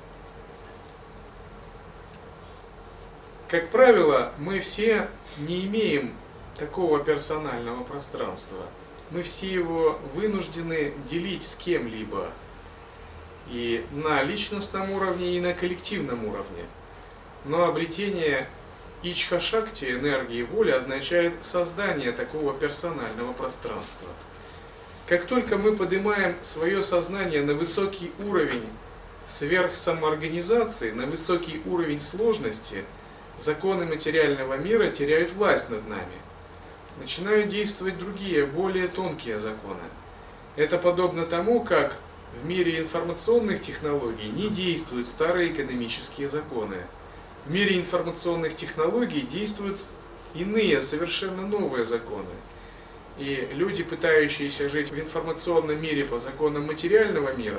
Как правило, мы все не имеем такого персонального пространства. Мы все его вынуждены делить с кем-либо. И на личностном уровне, и на коллективном уровне. Но обретение Ичха-шакти, энергии воли, означает создание такого персонального пространства. Как только мы поднимаем свое сознание на высокий уровень сверхсамоорганизации, на высокий уровень сложности, законы материального мира теряют власть над нами. Начинают действовать другие, более тонкие законы. Это подобно тому, как в мире информационных технологий не действуют старые экономические законы. В мире информационных технологий действуют иные, совершенно новые законы. И люди, пытающиеся жить в информационном мире по законам материального мира,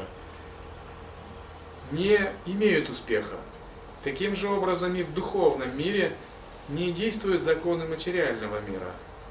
не имеют успеха. Таким же образом и в духовном мире не действуют законы материального мира.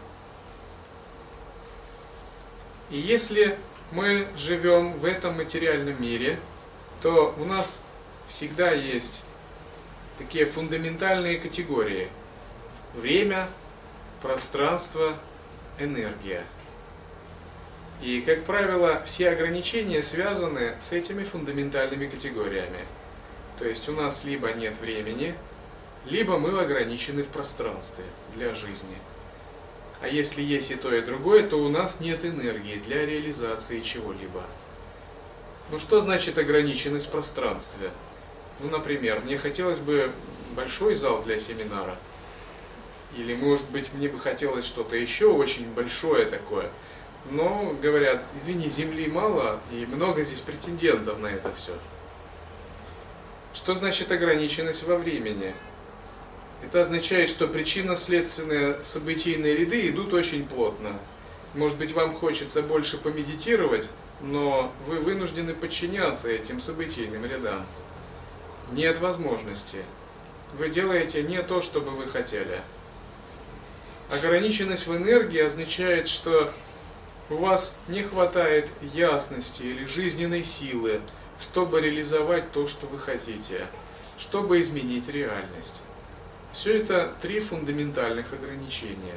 И если мы живем в этом материальном мире, то у нас всегда есть такие фундаментальные категории: время, пространство, энергия. И, как правило, все ограничения связаны с этими фундаментальными категориями. То есть у нас либо нет времени, либо мы ограничены в пространстве для жизни. А если есть и то, и другое, то у нас нет энергии для реализации чего-либо. Ну что значит ограниченность в пространстве? Ну, например, мне хотелось бы большой зал для семинара. Или, может быть, мне бы хотелось что-то еще очень большое такое. Но, говорят, извини, земли мало, и много здесь претендентов на это все. Что значит ограниченность во времени? Это означает, что причинно-следственные событийные ряды идут очень плотно. Может быть, вам хочется больше помедитировать, но вы вынуждены подчиняться этим событийным рядам. Нет возможности. Вы делаете не то, что бы вы хотели. Ограниченность в энергии означает, что у вас не хватает ясности или жизненной силы, чтобы реализовать то, что вы хотите, чтобы изменить реальность. Все это три фундаментальных ограничения.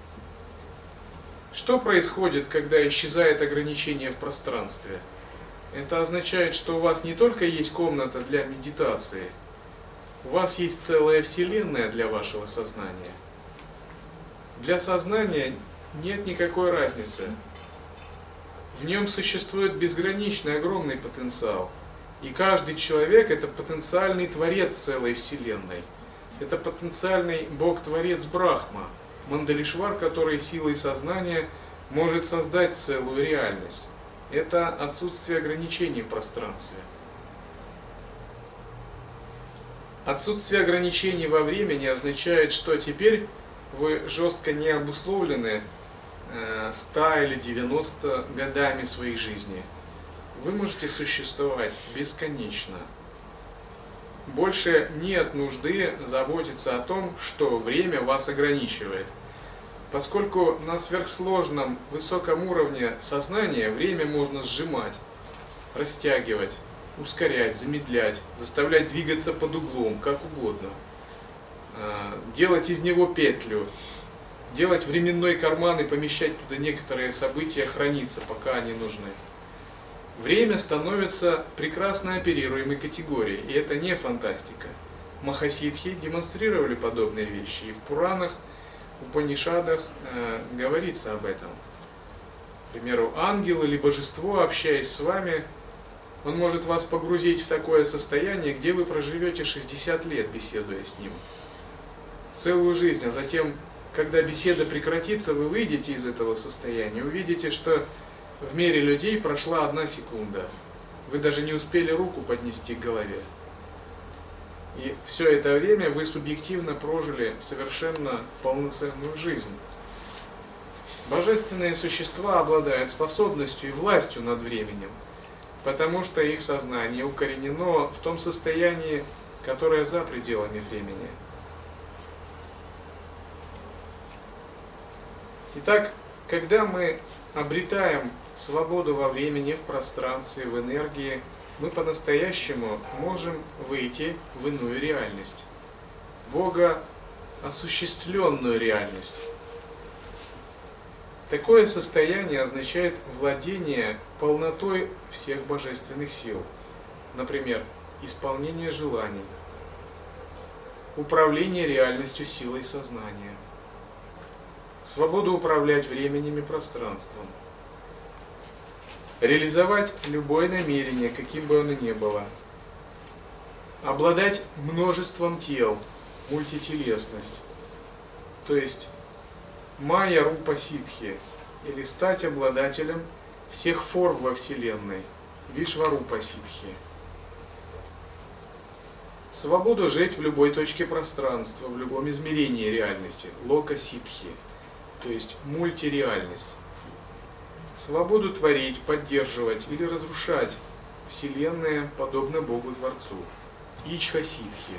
Что происходит, когда исчезает ограничение в пространстве? Это означает, что у вас не только есть комната для медитации, у вас есть целая вселенная для вашего сознания. Для сознания нет никакой разницы. В нем существует безграничный, огромный потенциал. И каждый человек – это потенциальный творец целой вселенной. Это потенциальный Бог-творец Брахма, Мандалишвар, который силой сознания может создать целую реальность. Это отсутствие ограничений в пространстве. Отсутствие ограничений во времени означает, что теперь вы жестко не обусловлены 100 или 90 годами своей жизни. Вы можете существовать бесконечно. Больше нет нужды заботиться о том, что время вас ограничивает. Поскольку на сверхсложном высоком уровне сознания время можно сжимать, растягивать, ускорять, замедлять, заставлять двигаться под углом, как угодно. Делать из него петлю, делать временной карман и помещать туда некоторые события, храниться, пока они нужны. Время становится прекрасно оперируемой категорией, и это не фантастика. Махасидхи демонстрировали подобные вещи, и в Пуранах, в Упанишадах говорится об этом. К примеру, ангел или божество, общаясь с вами, он может вас погрузить в такое состояние, где вы проживете 60 лет, беседуя с ним. Целую жизнь, а затем, когда беседа прекратится, вы выйдете из этого состояния, увидите, что в мире людей прошла 1 секунда. Вы даже не успели руку поднести к голове. И все это время вы субъективно прожили совершенно полноценную жизнь. Божественные существа обладают способностью и властью над временем, потому что их сознание укоренено в том состоянии, которое за пределами времени. Итак, когда мы обретаем свободу во времени, в пространстве, в энергии, мы по-настоящему можем выйти в иную реальность. Бога осуществленную реальность. Такое состояние означает владение полнотой всех божественных сил. Например, исполнение желаний, управление реальностью силой сознания, свободу управлять временем и пространством, реализовать любое намерение, каким бы оно ни было, обладать множеством тел, мультителесность, то есть майя рупа ситхи, или стать обладателем всех форм во Вселенной, вишварупа ситхи. Свободу жить в любой точке пространства, в любом измерении реальности, лока ситхи, то есть мультиреальность. Свободу творить, поддерживать или разрушать Вселенная, подобно Богу-творцу, ичха-ситхи.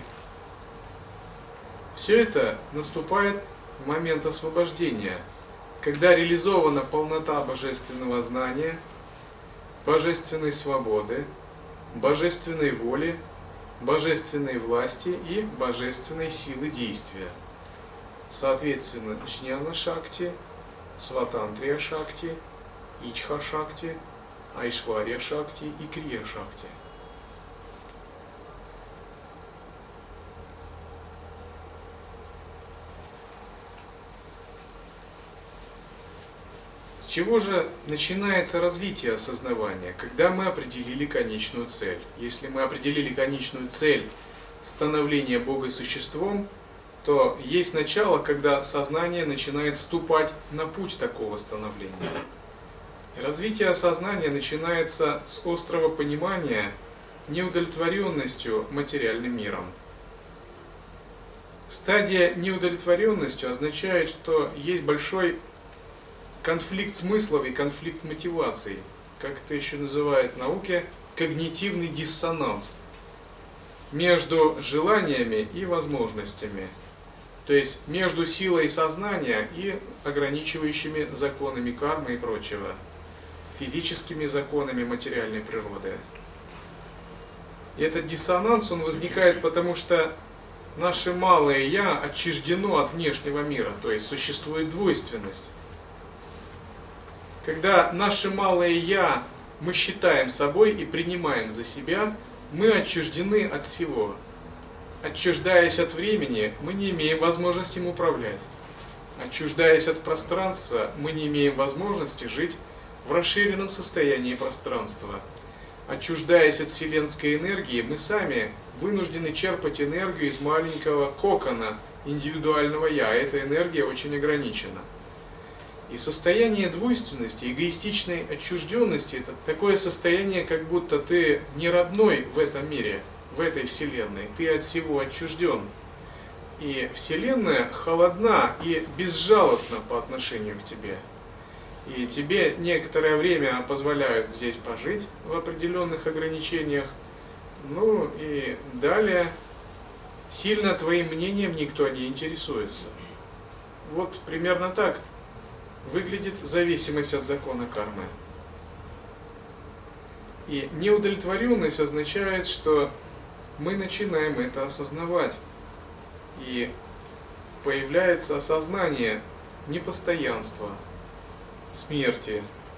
Все это наступает в момент освобождения, когда реализована полнота божественного знания, божественной свободы, божественной воли, божественной власти и божественной силы действия. Соответственно, Джняна-шакти, Сватантрия-шакти, Ичха-шакти, Айшвария-шакти и Крия-шакти. С чего же начинается развитие осознавания? Когда мы определили конечную цель. Если мы определили конечную цель становления Бога существом, то есть начало, когда сознание начинает вступать на путь такого становления. И развитие осознания начинается с острого понимания неудовлетворенностью материальным миром. Стадия неудовлетворенностью означает, что есть большой конфликт смыслов и конфликт мотиваций, как это еще называют в науке, когнитивный диссонанс между желаниями и возможностями, то есть между силой сознания и ограничивающими законами кармы и прочего, физическими законами материальной природы. И этот диссонанс, он возникает потому, что наше малое «я» отчуждено от внешнего мира, то есть существует двойственность. Когда наше малое «я» мы считаем собой и принимаем за себя, мы отчуждены от всего. Отчуждаясь от времени, мы не имеем возможности им управлять. Отчуждаясь от пространства, мы не имеем возможности жить в расширенном состоянии пространства. Отчуждаясь от вселенской энергии, мы сами вынуждены черпать энергию из маленького кокона индивидуального «я». Эта энергия очень ограничена. И состояние двойственности, эгоистичной отчужденности – это такое состояние, как будто ты не родной в этом мире, в этой вселенной, ты от всего отчужден. И вселенная холодна и безжалостна по отношению к тебе. И тебе некоторое время позволяют здесь пожить в определенных ограничениях. Ну и далее сильно твоим мнением никто не интересуется. Вот примерно так выглядит зависимость от закона кармы. И неудовлетворенность означает, что мы начинаем это осознавать. И появляется осознание непостоянства, смерти,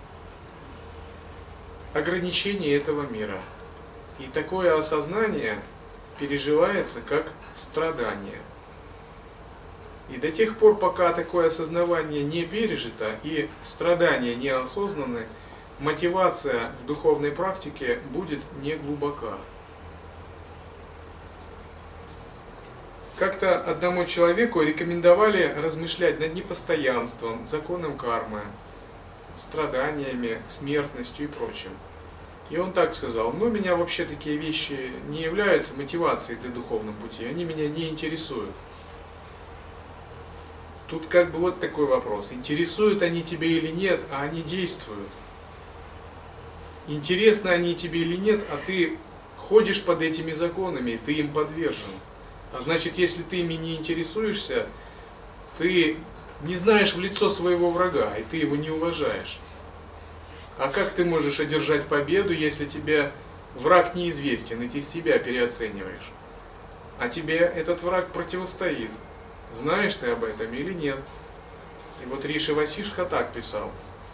ограничения этого мира. И такое осознание переживается как страдание. И до тех пор, пока такое осознавание не пережито и страдания не осознаны, мотивация в духовной практике будет не глубока. Как-то одному человеку рекомендовали размышлять над непостоянством, законом кармы, страданиями, смертностью и прочим. И он так сказал: ну, меня вообще такие вещи не являются мотивацией для духовного пути, они меня не интересуют. Тут как бы вот такой вопрос: интересуют они тебе или нет, а они действуют. Интересны они тебе или нет, а ты ходишь под этими законами, ты им подвержен. А значит, если ты ими не интересуешься, ты не знаешь в лицо своего врага, и ты его не уважаешь. А как ты можешь одержать победу, если тебе враг неизвестен, и ты себя переоцениваешь? А тебе этот враг противостоит. Знаешь ты об этом или нет? И вот Риши Васишха так писал: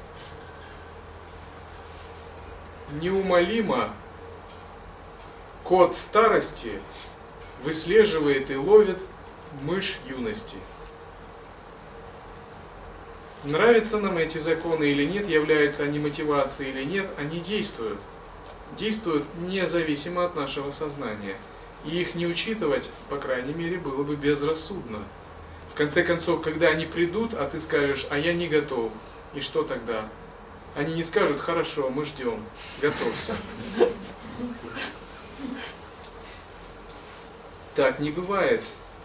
неумолимо кот старости выслеживает и ловит мышь юности. Нравятся нам эти законы или нет, являются они мотивацией или нет, они действуют. Действуют независимо от нашего сознания. И их не учитывать, по крайней мере, было бы безрассудно. В конце концов, когда они придут, а ты скажешь: а я не готов, и что тогда? Они не скажут: хорошо, мы ждем, готовься. Так не бывает.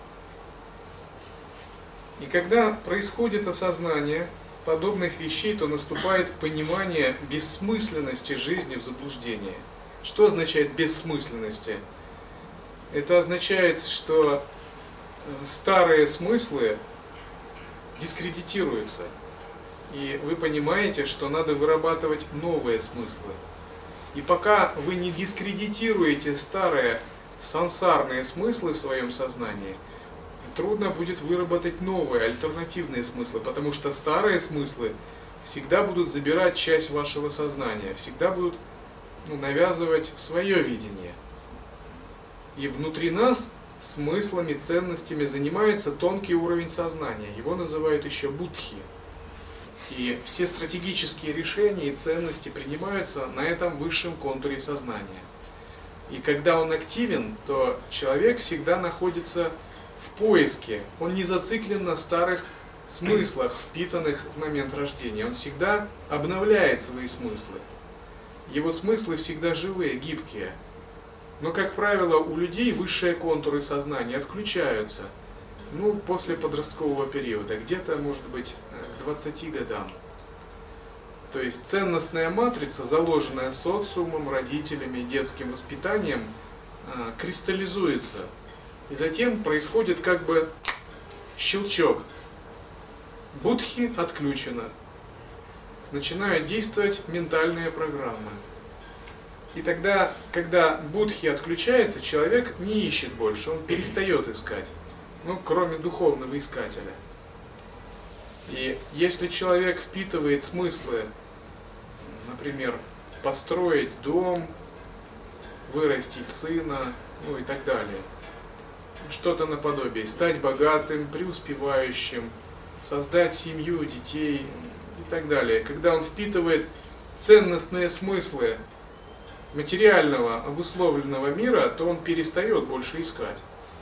И когда происходит осознание подобных вещей, то наступает понимание бессмысленности жизни в заблуждении. Что означает бессмысленности? Это означает, что старые смыслы дискредитируются. И вы понимаете, что надо вырабатывать новые смыслы. И пока вы не дискредитируете старые сансарные смыслы в своем сознании, трудно будет выработать новые, альтернативные смыслы, потому что старые смыслы всегда будут забирать часть вашего сознания, всегда будут навязывать свое видение. И внутри нас смыслами, ценностями занимается тонкий уровень сознания, его называют еще будхи. И все стратегические решения и ценности принимаются на этом высшем контуре сознания. И когда он активен, то человек всегда находится в поиске. Он не зациклен на старых смыслах, впитанных в момент рождения. Он всегда обновляет свои смыслы. Его смыслы всегда живые, гибкие. Но, как правило, у людей высшие контуры сознания отключаются после подросткового периода, где-то, может быть, к 20 годам. То есть ценностная матрица, заложенная социумом, родителями, детским воспитанием, кристаллизуется. И затем происходит как бы щелчок. Будхи отключено. Начинают действовать ментальные программы. И тогда, когда будхи отключается, человек не ищет больше, он перестает искать. Кроме духовного искателя. И если человек впитывает смыслы, например, построить дом, вырастить сына, и так далее, что-то наподобие, стать богатым, преуспевающим, создать семью, детей и так далее. Когда он впитывает ценностные смыслы материального, обусловленного мира, то он перестает больше искать.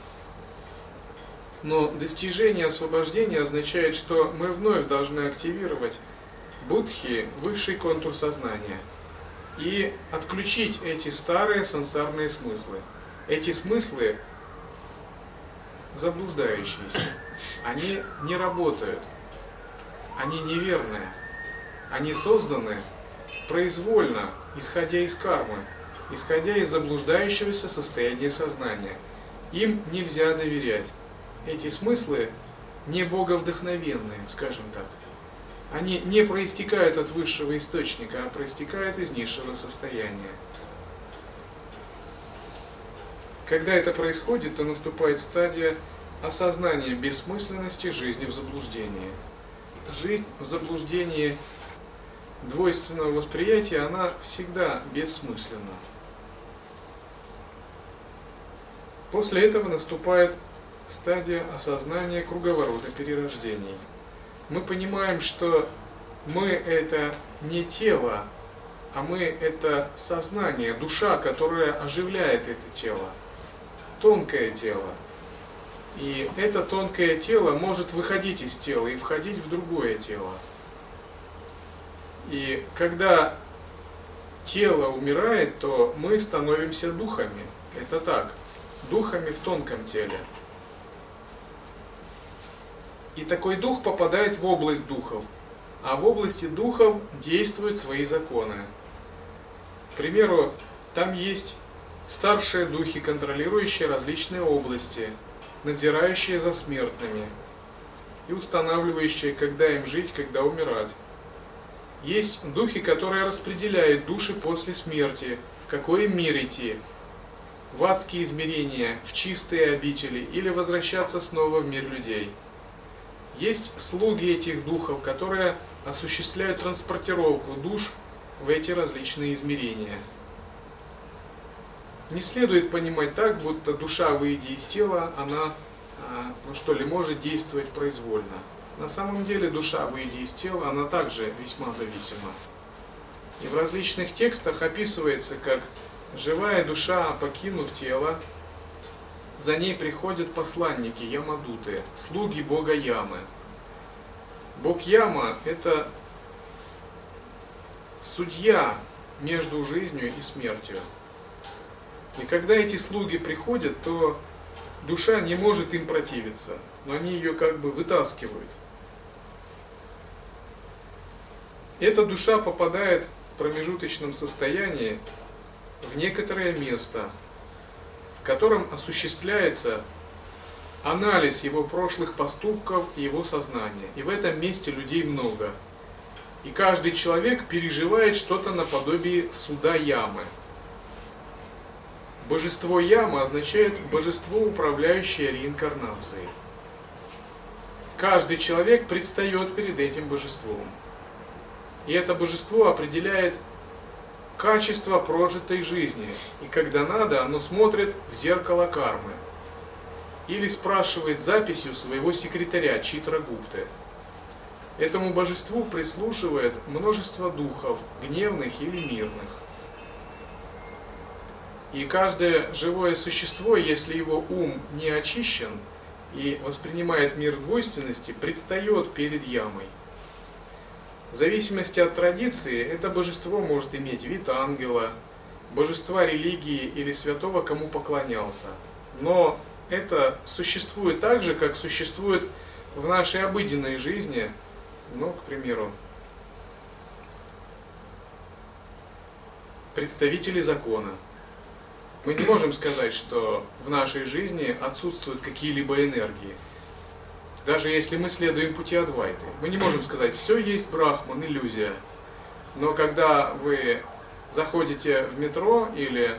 Но достижение освобождения означает, что мы вновь должны активировать будхи, высший контур сознания, и отключить эти старые сансарные смыслы. Эти смыслы заблуждающиеся, они не работают, они неверные, они созданы произвольно, исходя из кармы, исходя из заблуждающегося состояния сознания. Им нельзя доверять. Эти смыслы не боговдохновенные, скажем так. Они не проистекают от высшего источника, а проистекают из низшего состояния. Когда это происходит, то наступает стадия осознания бессмысленности жизни в заблуждении. Жизнь в заблуждении двойственного восприятия, она всегда бессмысленна. После этого наступает стадия осознания круговорота перерождений. Мы понимаем, что мы это не тело, а мы это сознание, душа, которая оживляет это тело. Тонкое тело. И это тонкое тело может выходить из тела и входить в другое тело. И когда тело умирает, то мы становимся духами. Это так. Духами в тонком теле. И такой дух попадает в область духов. А в области духов действуют свои законы. К примеру, там есть старшие духи, контролирующие различные области, надзирающие за смертными и устанавливающие, когда им жить, когда умирать. Есть духи, которые распределяют души после смерти, в какой мир идти, в адские измерения, в чистые обители или возвращаться снова в мир людей. Есть слуги этих духов, которые осуществляют транспортировку душ в эти различные измерения. Не следует понимать так, будто душа, выйдя из тела, она может действовать произвольно. На самом деле душа, выйдя из тела, она также весьма зависима. И в различных текстах описывается, как живая душа, покинув тело, за ней приходят посланники Ямадуты, слуги бога Ямы. Бог Яма – это судья между жизнью и смертью. И когда эти слуги приходят, то душа не может им противиться, но они ее как бы вытаскивают. Эта душа попадает в промежуточном состоянии в некоторое место, в котором осуществляется анализ его прошлых поступков и его сознания. И в этом месте людей много. И каждый человек переживает что-то наподобие суда Ямы. Божество Яма означает божество, управляющее реинкарнацией. Каждый человек предстает перед этим божеством. И это божество определяет качество прожитой жизни. И когда надо, оно смотрит в зеркало кармы. Или спрашивает записью своего секретаря Читрагупты. Этому божеству прислуживает множество духов, гневных или мирных. И каждое живое существо, если его ум не очищен и воспринимает мир двойственности, предстает перед ямой. В зависимости от традиции, это божество может иметь вид ангела, божества религии или святого, кому поклонялся. Но это существует так же, как существует в нашей обыденной жизни, к примеру, представители закона. Мы не можем сказать, что в нашей жизни отсутствуют какие-либо энергии. Даже если мы следуем пути Адвайты. Мы не можем сказать, все есть Брахман, иллюзия. Но когда вы заходите в метро или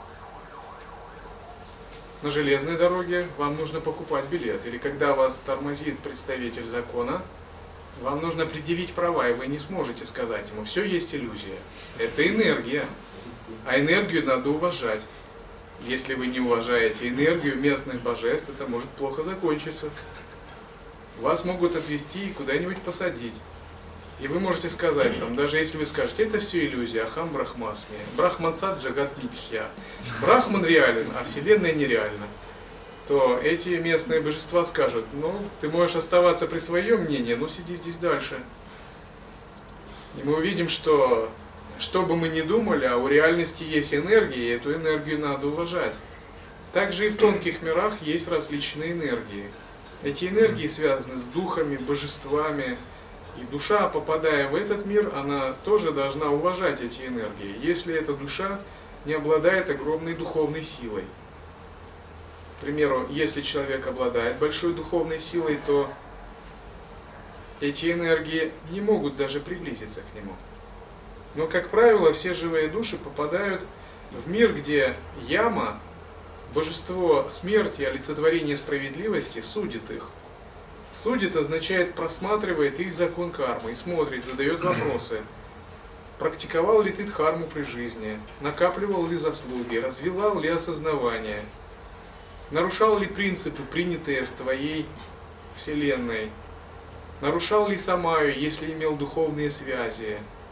на железной дороге, вам нужно покупать билет. Или когда вас тормозит представитель закона, вам нужно предъявить права, и вы не сможете сказать ему, все есть иллюзия. Это энергия. А энергию надо уважать. Если вы не уважаете энергию местных божеств, это может плохо закончиться. Вас могут отвезти и куда-нибудь посадить. И вы можете сказать, даже если вы скажете, это все иллюзия, ахам брахмасми, брахмансад джагат митхья. Брахман реален, а Вселенная нереальна. То эти местные божества скажут, ты можешь оставаться при своем мнении, сиди здесь дальше. И мы увидим, что бы мы ни думали, а у реальности есть энергия, и эту энергию надо уважать. Также и в тонких мирах есть различные энергии. Эти энергии связаны с духами, божествами, и душа, попадая в этот мир, она тоже должна уважать эти энергии, если эта душа не обладает огромной духовной силой. К примеру, если человек обладает большой духовной силой, то эти энергии не могут даже приблизиться к нему. Но, как правило, все живые души попадают в мир, где яма, божество смерти, олицетворение справедливости, судит их. Судит означает просматривает их закон кармы и смотрит, задает вопросы. Практиковал ли ты дхарму при жизни? Накапливал ли заслуги? Развивал ли осознавание? Нарушал ли принципы, принятые в твоей вселенной? Нарушал ли самаю, если имел духовные связи?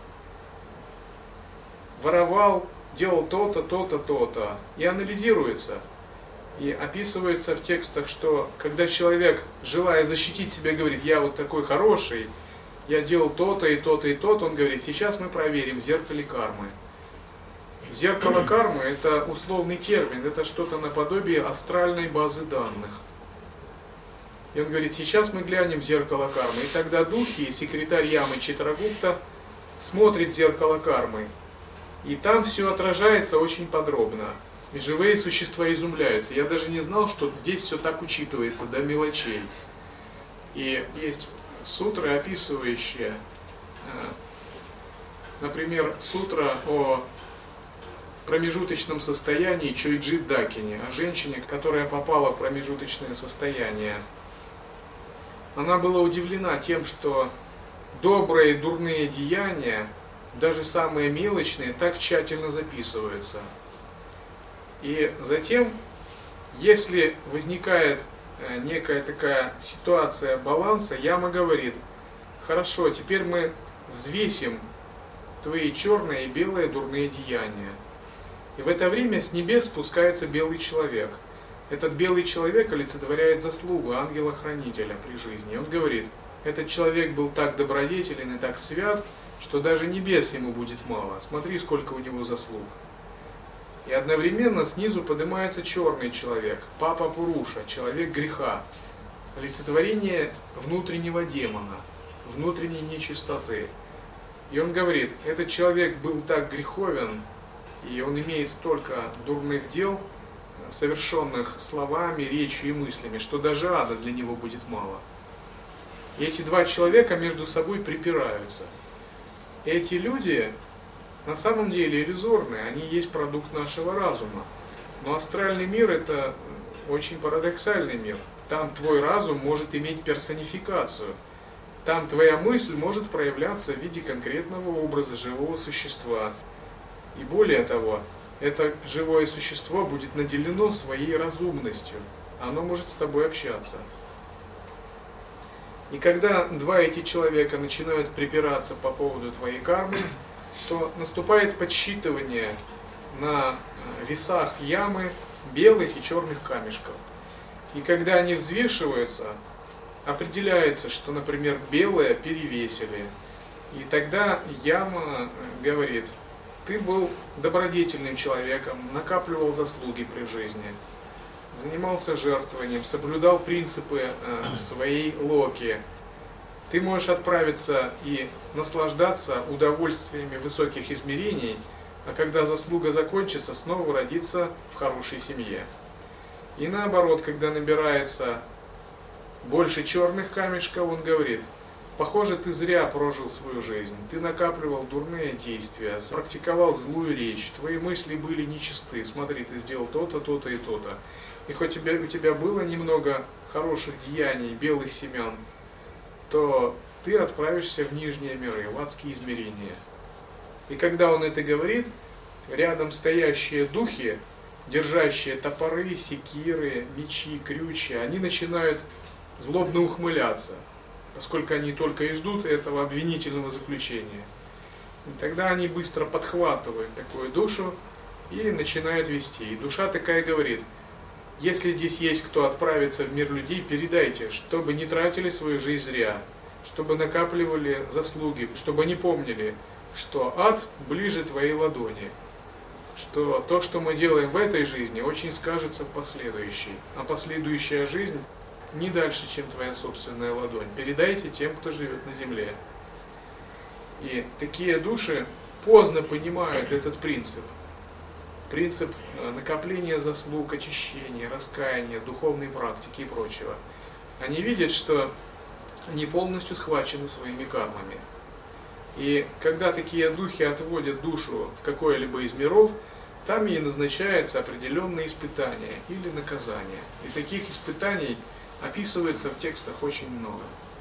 Воровал, делал то-то, то-то, то-то. И анализируется. И описывается в текстах, что когда человек, желая защитить себя, говорит, я вот такой хороший, я делал то-то и то-то и то-то, он говорит, сейчас мы проверим в зеркале кармы. Зеркало кармы – это условный термин, это что-то наподобие астральной базы данных. И он говорит, сейчас мы глянем в зеркало кармы. И тогда духи и секретарь ямы Читрагупта смотрит в зеркало кармы. И там все отражается очень подробно. И живые существа изумляются. Я даже не знал, что здесь все так учитывается до мелочей. И есть сутры, описывающие, например, сутра о промежуточном состоянии Чойджит Дакини, о женщине, которая попала в промежуточное состояние. Она была удивлена тем, что добрые и дурные деяния, даже самые мелочные, так тщательно записываются. И затем, если возникает некая такая ситуация баланса, яма говорит, хорошо, теперь мы взвесим твои черные и белые дурные деяния. И в это время с небес спускается белый человек. Этот белый человек олицетворяет заслугу ангела-хранителя при жизни. И он говорит, этот человек был так добродетелен и так свят, что даже небес ему будет мало. Смотри, сколько у него заслуг. И одновременно снизу поднимается черный человек, папа Пуруша, человек греха, олицетворение внутреннего демона, внутренней нечистоты. И он говорит, этот человек был так греховен, и он имеет столько дурных дел, совершенных словами, речью и мыслями, что даже ада для него будет мало. И эти два человека между собой припираются. Эти люди на самом деле иллюзорные, они есть продукт нашего разума. Но астральный мир – это очень парадоксальный мир. Там твой разум может иметь персонификацию. Там твоя мысль может проявляться в виде конкретного образа живого существа. И более того, это живое существо будет наделено своей разумностью. Оно может с тобой общаться. И когда два эти человека начинают припираться по поводу твоей кармы, то наступает подсчитывание на весах ямы белых и черных камешков. И когда они взвешиваются, определяется, что, например, белые перевесили. И тогда яма говорит: ты был добродетельным человеком, накапливал заслуги при жизни, занимался жертвованием, соблюдал принципы своей локи. Ты можешь отправиться и наслаждаться удовольствиями высоких измерений, а когда заслуга закончится, снова родиться в хорошей семье. И наоборот, когда набирается больше черных камешков, он говорит: похоже, ты зря прожил свою жизнь, ты накапливал дурные действия, практиковал злую речь, твои мысли были нечисты, смотри, ты сделал то-то, то-то и то-то. И хоть у тебя было немного хороших деяний, белых семян, то ты отправишься в нижние миры, в адские измерения. И когда он это говорит, рядом стоящие духи, держащие топоры, секиры, мечи, крючья, они начинают злобно ухмыляться, поскольку они только и ждут этого обвинительного заключения. И тогда они быстро подхватывают такую душу и начинают вести. И душа такая говорит: если здесь есть кто отправится в мир людей, передайте, чтобы не тратили свою жизнь зря, чтобы накапливали заслуги, чтобы они помнили, что ад ближе твоей ладони, что то, что мы делаем в этой жизни, очень скажется в последующей, а последующая жизнь не дальше, чем твоя собственная ладонь. Передайте тем, кто живет на земле. И такие души поздно понимают этот принцип. Принцип накопления заслуг, очищения, раскаяния, духовной практики и прочего. Они видят, что они полностью схвачены своими кармами. И когда такие духи отводят душу в какой-либо из миров, там ей назначается определенные испытания или наказания. И таких испытаний описывается в текстах очень много.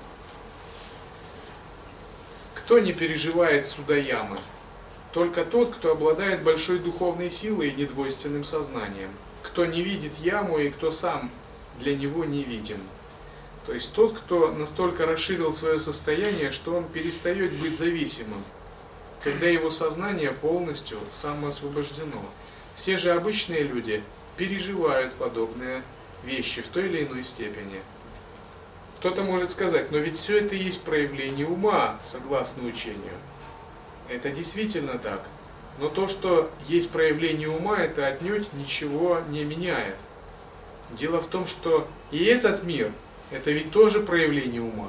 Кто не переживает суда ямы? Только тот, кто обладает большой духовной силой и недвойственным сознанием. Кто не видит яму и кто сам для него не виден. То есть тот, кто настолько расширил свое состояние, что он перестает быть зависимым, когда его сознание полностью самоосвобождено. Все же обычные люди переживают подобные вещи в той или иной степени. Кто-то может сказать: но ведь все это есть проявление ума, согласно учению. Это действительно так. Но то, что есть проявление ума, это отнюдь ничего не меняет. Дело в том, что и этот мир, это ведь тоже проявление ума.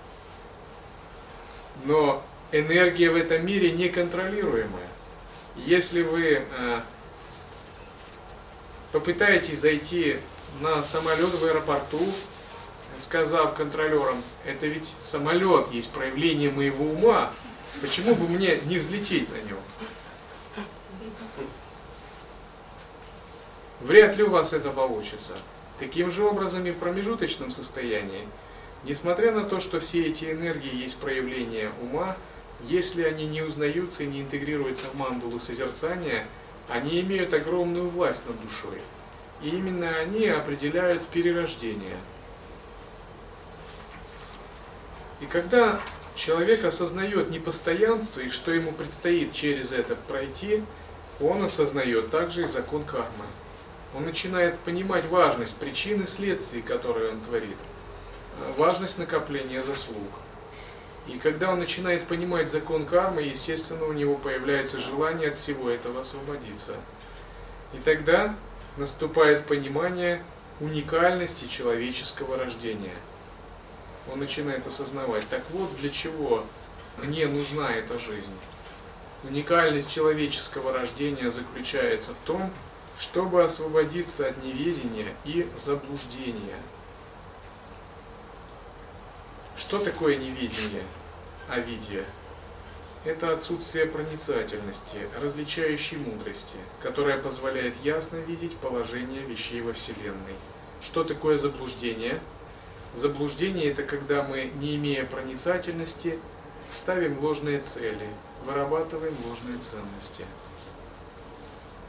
Но энергия в этом мире неконтролируемая. Если вы попытаетесь зайти на самолет в аэропорту, сказав контролерам: это ведь самолет есть проявление моего ума, почему бы мне не взлететь на нем? Вряд ли у вас это получится. Таким же образом и в промежуточном состоянии, несмотря на то, что все эти энергии есть проявление ума, если они не узнаются и не интегрируются в мандалу созерцания, они имеют огромную власть над душой. И именно они определяют перерождение. И когда человек осознает непостоянство и что ему предстоит через это пройти, он осознает также и закон кармы. Он начинает понимать важность причин и следствий, которые он творит, важность накопления заслуг. И когда он начинает понимать закон кармы, естественно, у него появляется желание от всего этого освободиться. И тогда наступает понимание уникальности человеческого рождения. Он начинает осознавать: так вот для чего мне нужна эта жизнь. Уникальность человеческого рождения заключается в том, чтобы освободиться от неведения и заблуждения. Что такое неведение? Авидья. Это отсутствие проницательности, различающей мудрости, которая позволяет ясно видеть положение вещей во Вселенной. Что такое заблуждение? Заблуждение – это когда мы, не имея проницательности, ставим ложные цели, вырабатываем ложные ценности.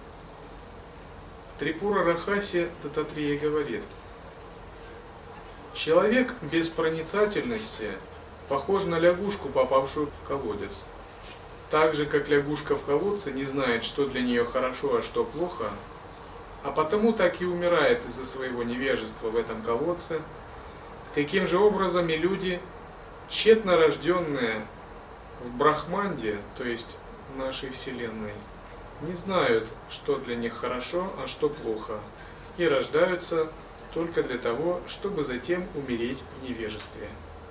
В Трипура Рахасе Даттатрея говорит: Человек без проницательности похож на лягушку, попавшую в колодец. Так же, как лягушка в колодце не знает, что для нее хорошо, а что плохо, а потому так и умирает из-за своего невежества в этом колодце, таким же образом и люди, тщетно рожденные в Брахманде, то есть в нашей Вселенной, не знают, что для них хорошо, а что плохо, и рождаются только для того, чтобы затем умереть в невежестве.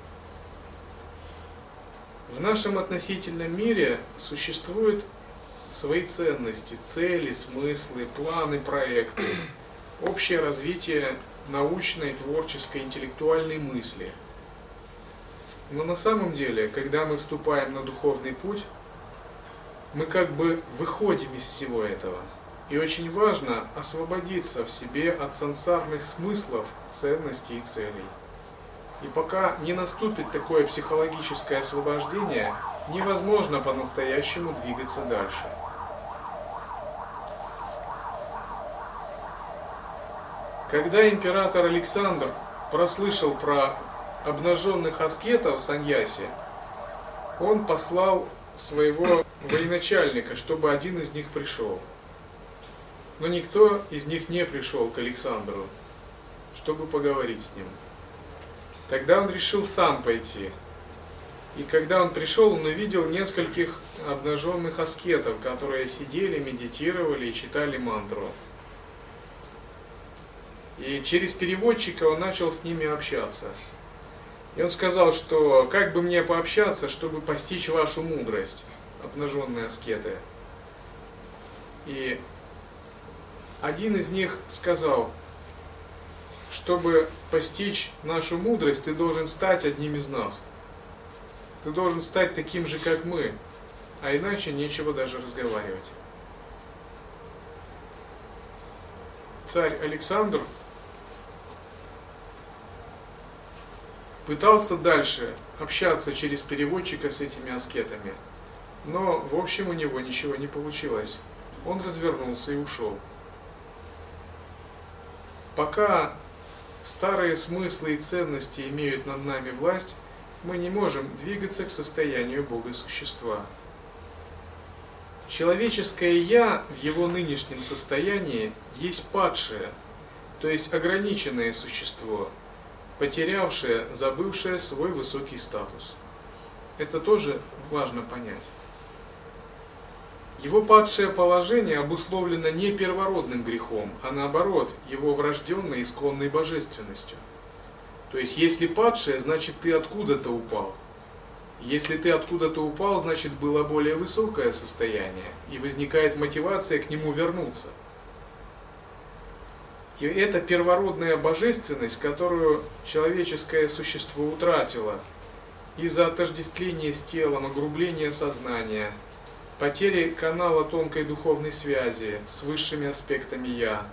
В нашем относительном мире существуют свои ценности, цели, смыслы, планы, проекты, общее развитие научной, творческой, интеллектуальной мысли. Но на самом деле, когда мы вступаем на духовный путь, мы как бы выходим из всего этого. И очень важно освободиться в себе от сансарных смыслов, ценностей и целей. И пока не наступит такое психологическое освобождение, невозможно по-настоящему двигаться дальше. Когда император Александр прослышал про обнаженных аскетов саньяси, он послал своего военачальника, чтобы один из них пришел. Но никто из них не пришел к Александру, чтобы поговорить с ним. Тогда он решил сам пойти. И когда он пришел, он увидел нескольких обнаженных аскетов, которые сидели, медитировали и читали мантру. И через переводчика он начал с ними общаться. И он сказал, что как бы мне пообщаться, чтобы постичь вашу мудрость, обнаженные аскеты. И один из них сказал: чтобы постичь нашу мудрость, ты должен стать одним из нас. Ты должен стать таким же, как мы, а иначе нечего даже разговаривать. Царь Александр пытался дальше общаться через переводчика с этими аскетами, но в общем у него ничего не получилось. Он развернулся и ушел. Пока старые смыслы и ценности имеют над нами власть, мы не можем двигаться к состоянию Бога-существа. Человеческое «я» в его нынешнем состоянии есть падшее, то есть ограниченное существо, потерявшее, забывшее свой высокий статус. Это тоже важно понять. Его падшее положение обусловлено не первородным грехом, а наоборот, его врожденной исконной божественностью. То есть, если падшее, значит ты откуда-то упал. Если ты откуда-то упал, значит было более высокое состояние, и возникает мотивация к нему вернуться. И это первородная божественность, которую человеческое существо утратило из-за отождествления с телом, огрубления сознания, потери канала тонкой духовной связи с высшими аспектами «Я».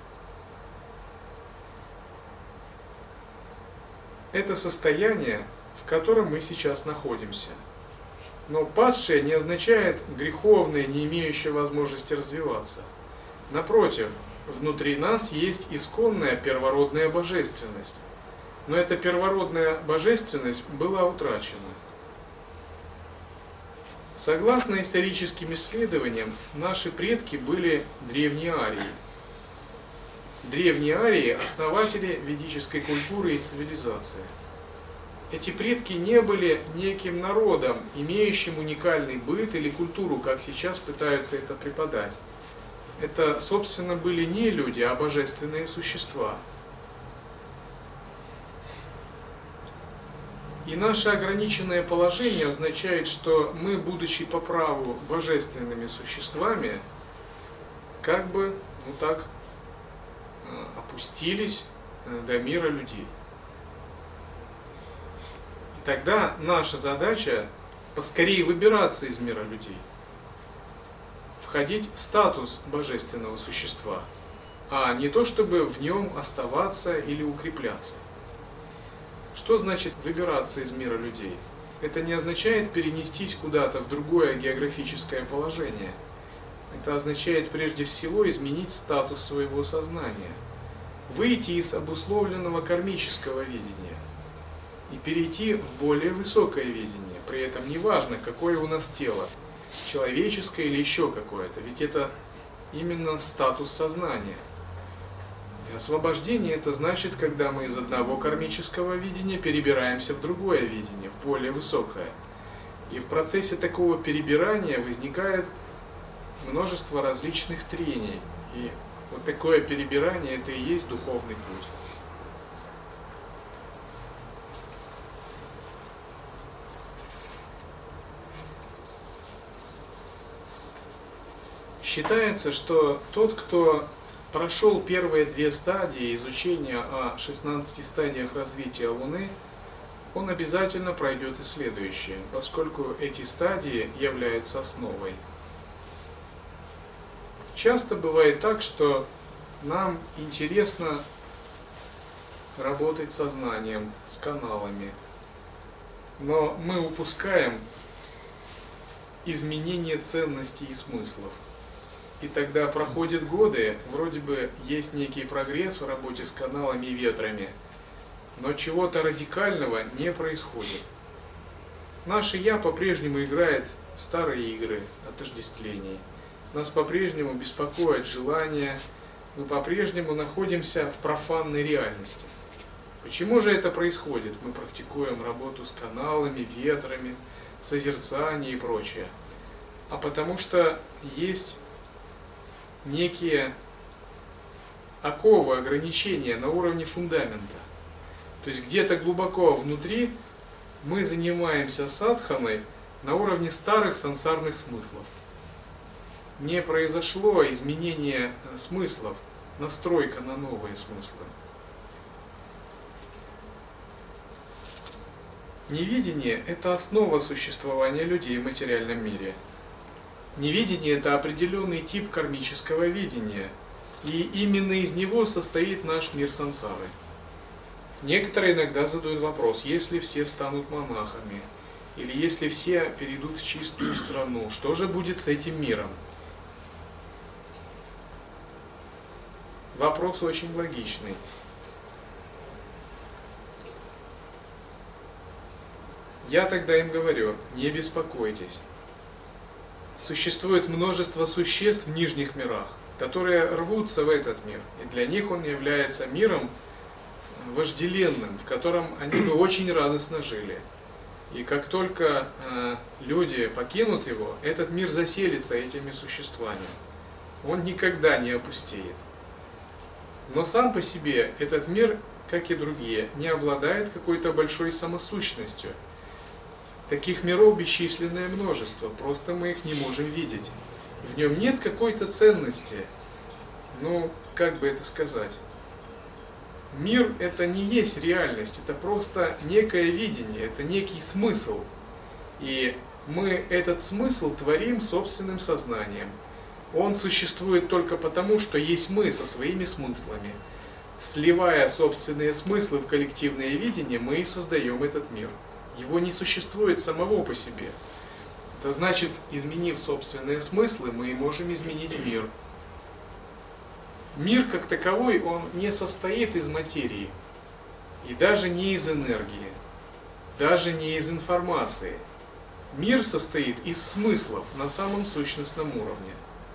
Это состояние, в котором мы сейчас находимся. Но падшее не означает греховное, не имеющее возможности развиваться. Напротив, внутри нас есть исконная первородная божественность. Но эта первородная божественность была утрачена. Согласно историческим исследованиям, наши предки были древние арии. Древние арии – основатели ведической культуры и цивилизации. Эти предки не были неким народом, имеющим уникальный быт или культуру, как сейчас пытаются это преподать. Это, собственно, были не люди, а божественные существа. И наше ограниченное положение означает, что мы, будучи по праву божественными существами, как бы, опустились до мира людей. И тогда наша задача поскорее выбираться из мира людей, входить в статус божественного существа, а не то, чтобы в нем оставаться или укрепляться. Что значит выбираться из мира людей? Это не означает перенестись куда-то в другое географическое положение. Это означает прежде всего изменить статус своего сознания, выйти из обусловленного кармического видения. и перейти в более высокое видение. При этом не важно, какое у нас тело, человеческое или еще какое-то, ведь это именно статус сознания. И освобождение — это значит, когда мы из одного кармического видения перебираемся в другое видение, в более высокое. И в процессе такого перебирания возникает множество различных трений. И вот такое перебирание — это и есть духовный путь. Считается, что тот, кто прошел первые две стадии изучения о 16 стадиях развития Луны, он обязательно пройдет и следующие, поскольку эти стадии являются основой. Часто бывает так, что нам интересно работать сознанием, с каналами, но мы упускаем изменение ценностей и смыслов. И тогда проходят годы, вроде бы есть некий прогресс в работе с каналами и ветрами, но чего-то радикального не происходит. Наше «я» по-прежнему играет в старые игры отождествлений. Нас по-прежнему беспокоит желание, мы по-прежнему находимся в профанной реальности. Почему же это происходит? Мы практикуем работу с каналами, ветрами, созерцание и прочее. А потому что есть некие оковы, ограничения на уровне фундамента. То есть где-то глубоко внутри мы занимаемся садханой на уровне старых сансарных смыслов. Не произошло изменение смыслов, настройка на новые смыслы. Невидение – это основа существования людей в материальном мире. Невидение – это определенный тип кармического видения, и именно из него состоит наш мир сансары. Некоторые иногда задают вопрос: если все станут монахами, или если все перейдут в чистую страну, что же будет с этим миром? Вопрос очень логичный. Я тогда им говорю: не беспокойтесь. Существует множество существ в нижних мирах, которые рвутся в этот мир, и для них он является миром вожделенным, в котором они бы очень радостно жили. И как только люди покинут его, этот мир заселится этими существами. Он никогда не опустеет. Но сам по себе этот мир, как и другие, не обладает какой-то большой самосущностью. Таких миров бесчисленное множество, просто мы их не можем видеть. В нем нет какой-то ценности. Ну, как бы это сказать? Мир – это не есть реальность, это просто некое видение, это некий смысл. И мы этот смысл творим собственным сознанием. Он существует только потому, что есть мы со своими смыслами. Сливая собственные смыслы в коллективное видение, мы и создаем этот мир. Его не существует самого по себе. Это значит, изменив собственные смыслы, мы можем изменить мир. Мир как таковой, он не состоит из материи, и даже не из энергии, даже не из информации. Мир состоит из смыслов на самом сущностном уровне.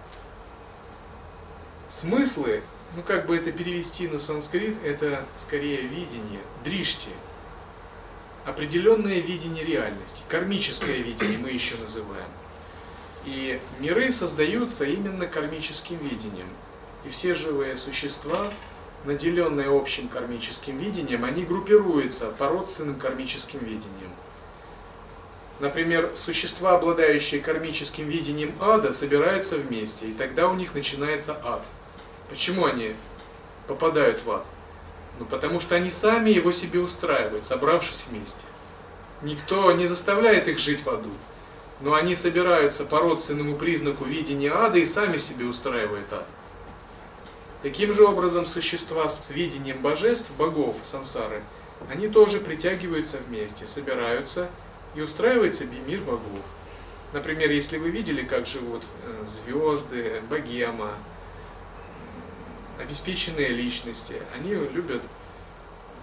Смыслы, ну как бы это перевести на санскрит, это скорее видение, дришти. Определенное видение реальности, кармическое видение мы еще называем. И миры создаются именно кармическим видением. И все живые существа, наделенные общим кармическим видением, они группируются по родственным кармическим видениям. Например, существа, обладающие кармическим видением ада, собираются вместе, и тогда у них начинается ад. Почему они попадают в ад? Ну, потому что они сами его себе устраивают, собравшись вместе. Никто не заставляет их жить в аду, но они собираются по родственному признаку видения ада и сами себе устраивают ад. Таким же образом, существа с видением божеств, богов сансары, они тоже притягиваются вместе, собираются и устраивают себе мир богов. Например, если вы видели, как живут звезды, богема, обеспеченные личности, они любят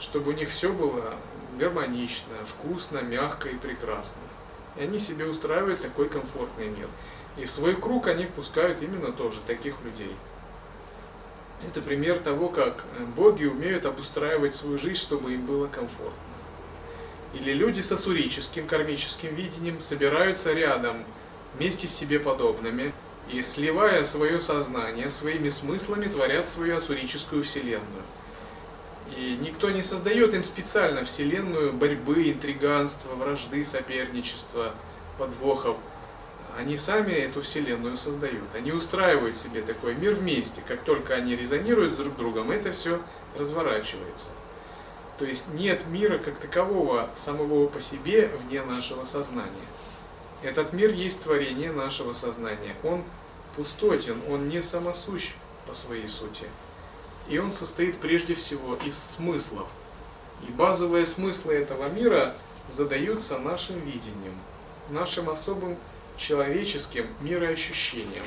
чтобы у них все было гармонично, вкусно, мягко и прекрасно. И они себе устраивают такой комфортный мир. И в свой круг они впускают именно тоже таких людей. Это пример того, как боги умеют обустраивать свою жизнь, чтобы им было комфортно. Или люди с ассурическим кармическим видением собираются рядом вместе с себе подобными и, сливая свое сознание своими смыслами, творят свою ассурическую вселенную. И никто не создает им специально вселенную борьбы, интриганства, вражды, соперничества, подвохов. Они сами эту вселенную создают. Они устраивают себе такой мир вместе. Как только они резонируют с друг другом, это все разворачивается. То есть нет мира как такового самого по себе вне нашего сознания. Этот мир есть творение нашего сознания. Он пустотен, он не самосущ по своей сути. И он состоит прежде всего из смыслов. И базовые смыслы этого мира задаются нашим видением, нашим особым человеческим мироощущением.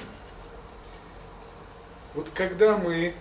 Вот когда мы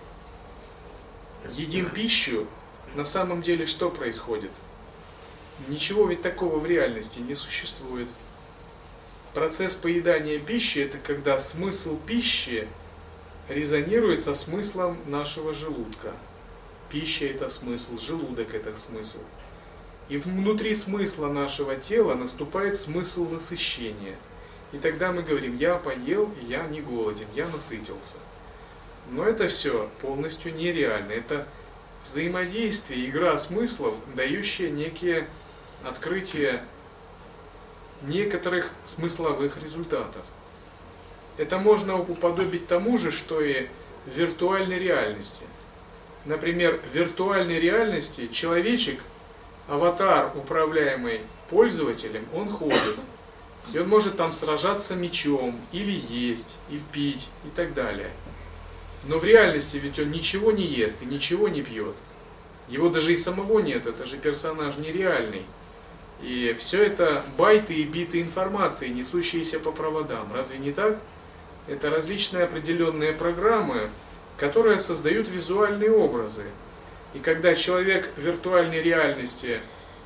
едим пищу, на самом деле что происходит? Ничего ведь такого в реальности не существует. Процесс поедания пищи – это когда смысл пищи резонирует со смыслом нашего желудка. Пища – это смысл, желудок – это смысл. И внутри смысла нашего тела наступает смысл насыщения. И тогда мы говорим: я поел, и я не голоден, я насытился. Но это все полностью нереально. Это взаимодействие, игра смыслов, дающая некие открытия некоторых смысловых результатов. Это можно уподобить тому же, что и в виртуальной реальности. Например, в виртуальной реальности человечек, аватар, управляемый пользователем, он ходит. И он может там сражаться мечом, или есть, и пить, и так далее. Но в реальности ведь он ничего не ест и ничего не пьет. Его даже и самого нет, это же персонаж нереальный. И все это байты и биты информации, несущиеся по проводам. Разве не так? Это различные определенные программы, которые создают визуальные образы. И когда человек в виртуальной реальности,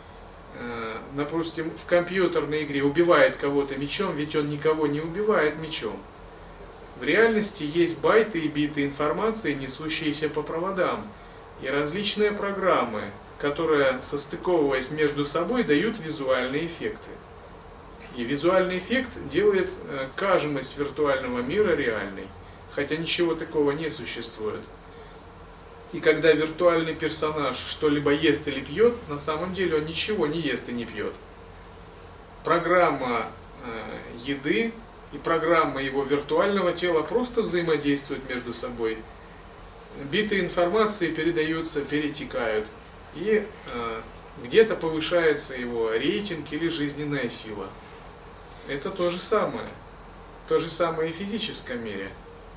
допустим, в компьютерной игре убивает кого-то мечом, ведь он никого не убивает мечом. В реальности есть байты и биты информации, несущиеся по проводам, и различные программы, которые, состыковываясь между собой, дают визуальные эффекты. И визуальный эффект делает кажемость виртуального мира реальной, хотя ничего такого не существует. И когда виртуальный персонаж что-либо ест или пьет, на самом деле он ничего не ест и не пьет. Программа еды и программа его виртуального тела просто взаимодействуют между собой. Биты информации передаются, перетекают, и где-то повышается его рейтинг или жизненная сила. Это то же самое и в физическом мире.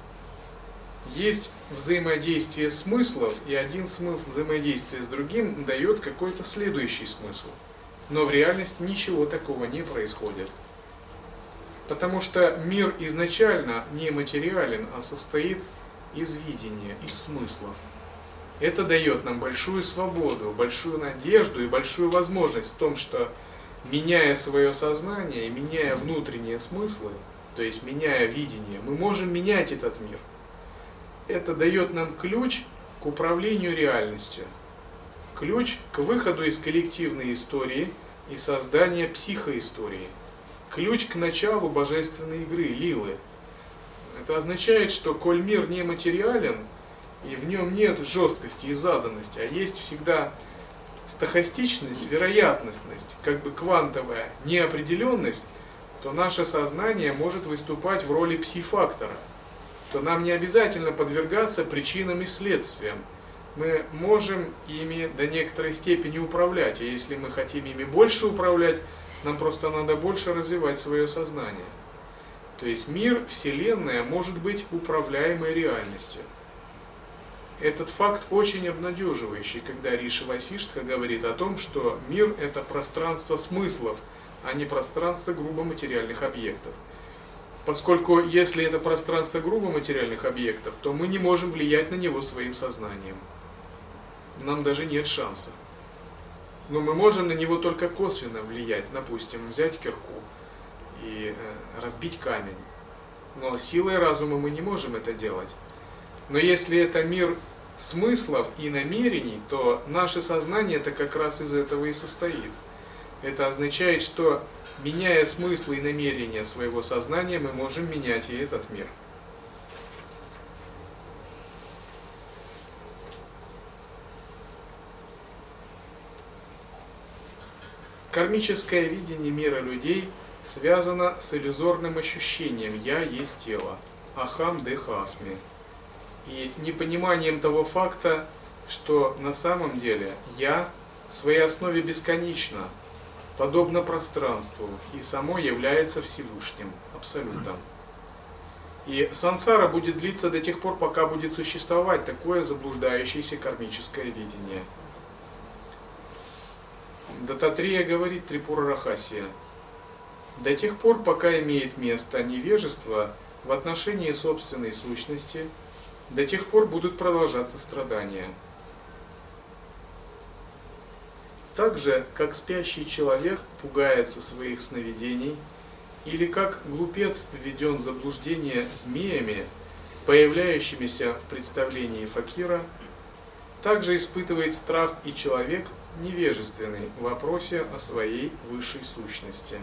Есть взаимодействие смыслов, и один смысл взаимодействия с другим дает какой-то следующий смысл. Но в реальности ничего такого не происходит. Потому что мир изначально не материален, а состоит из видения, из смыслов. Это дает нам большую свободу, большую надежду и большую возможность в том, что, меняя свое сознание, меняя внутренние смыслы, то есть меняя видение, мы можем менять этот мир. Это дает нам ключ к управлению реальностью, ключ к выходу из коллективной истории и создания психоистории, ключ к началу божественной игры, лилы. Это означает, что коль мир не материален, и в нем нет жесткости и заданности, а есть всегда стохастичность, вероятностность, как бы квантовая неопределенность, то наше сознание может выступать в роли пси-фактора, то нам не обязательно подвергаться причинам и следствиям. Мы можем ими до некоторой степени управлять, и если мы хотим ими больше управлять, нам просто надо больше развивать свое сознание. То есть мир, Вселенная может быть управляемой реальностью. Этот факт очень обнадеживающий, когда Риши Васиштха говорит о том, что мир – это пространство смыслов, а не пространство грубо материальных объектов. Поскольку если это пространство грубо материальных объектов, то мы не можем влиять на него своим сознанием. Нам даже нет шанса. Но мы можем на него только косвенно влиять. Допустим, взять кирку и разбить камень. Но силой разума мы не можем это делать. Но если это мир смыслов и намерений, то наше сознание это как раз из этого и состоит. Это означает, что меняя смыслы и намерения своего сознания, мы можем менять и этот мир. Кармическое видение мира людей связано с иллюзорным ощущением «я есть тело» ахам дехасми и непониманием того факта, что на самом деле «я» в своей основе бесконечно, подобно пространству, и само является Всевышним, Абсолютом. И сансара будет длиться до тех пор, пока будет существовать такое заблуждающееся кармическое видение. Дататрея говорит Трипура Рахасия: до тех пор, пока имеет место невежество в отношении собственной сущности, до тех пор будут продолжаться страдания. Так же, как спящий человек пугается своих сновидений, или как глупец введен в заблуждение змеями, появляющимися в представлении факира, также испытывает страх и человек, невежественный в вопросе о своей высшей сущности.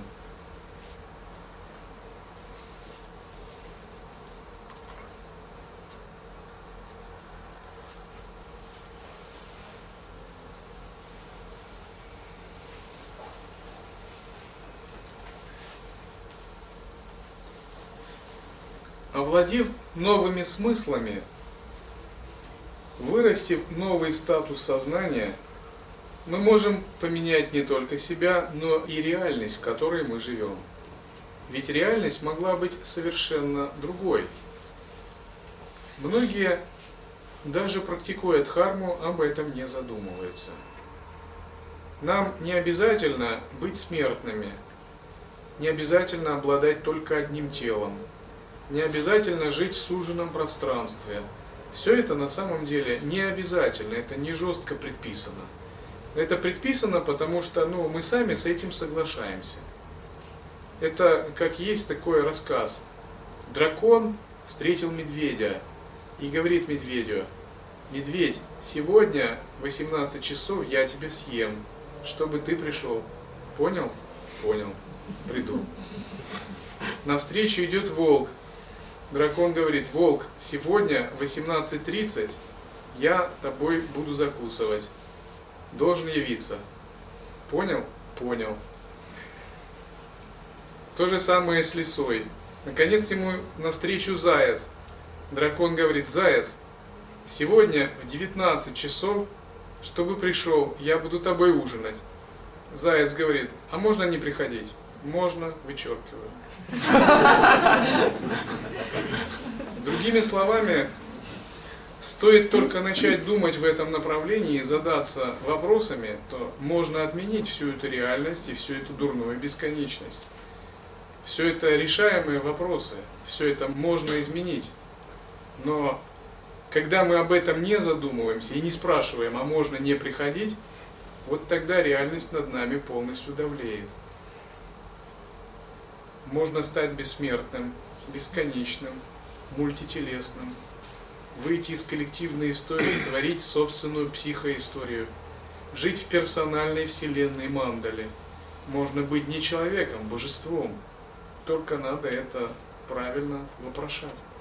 Овладев новыми смыслами, вырастив новый статус сознания, мы можем поменять не только себя, но и реальность, в которой мы живем. Ведь реальность могла быть совершенно другой. Многие, даже практикуя дхарму, об этом не задумываются. Нам не обязательно быть смертными, не обязательно обладать только одним телом, не обязательно жить в суженном пространстве. Все это на самом деле не обязательно, это не жестко предписано. Это предписано, потому что мы сами с этим соглашаемся. Это как есть такой рассказ. Дракон встретил медведя и говорит медведю: медведь, сегодня в 18 часов я тебя съем, чтобы ты пришел. Понял? Понял. Приду. Навстречу идет волк. Дракон говорит: волк, сегодня в 18:30 я тобой буду закусывать. Должен явиться. Понял? Понял. То же самое с лисой. Наконец ему навстречу заяц. Дракон говорит: заяц, сегодня в 19 часов, чтобы пришел, я буду тобой ужинать. Заяц говорит: а можно не приходить? Можно, вычеркиваю. Другими словами, стоит только начать думать в этом направлении и задаться вопросами, то можно отменить всю эту реальность и всю эту дурную бесконечность. Все это решаемые вопросы, все это можно изменить. Но когда мы об этом не задумываемся и не спрашиваем, а можно не приходить, вот тогда реальность над нами полностью давлеет. Можно стать бессмертным, бесконечным, мультителесным, выйти из коллективной истории, творить собственную психоисторию, жить в персональной вселенной мандали. Можно быть не человеком, божеством, только надо это правильно вопрошать.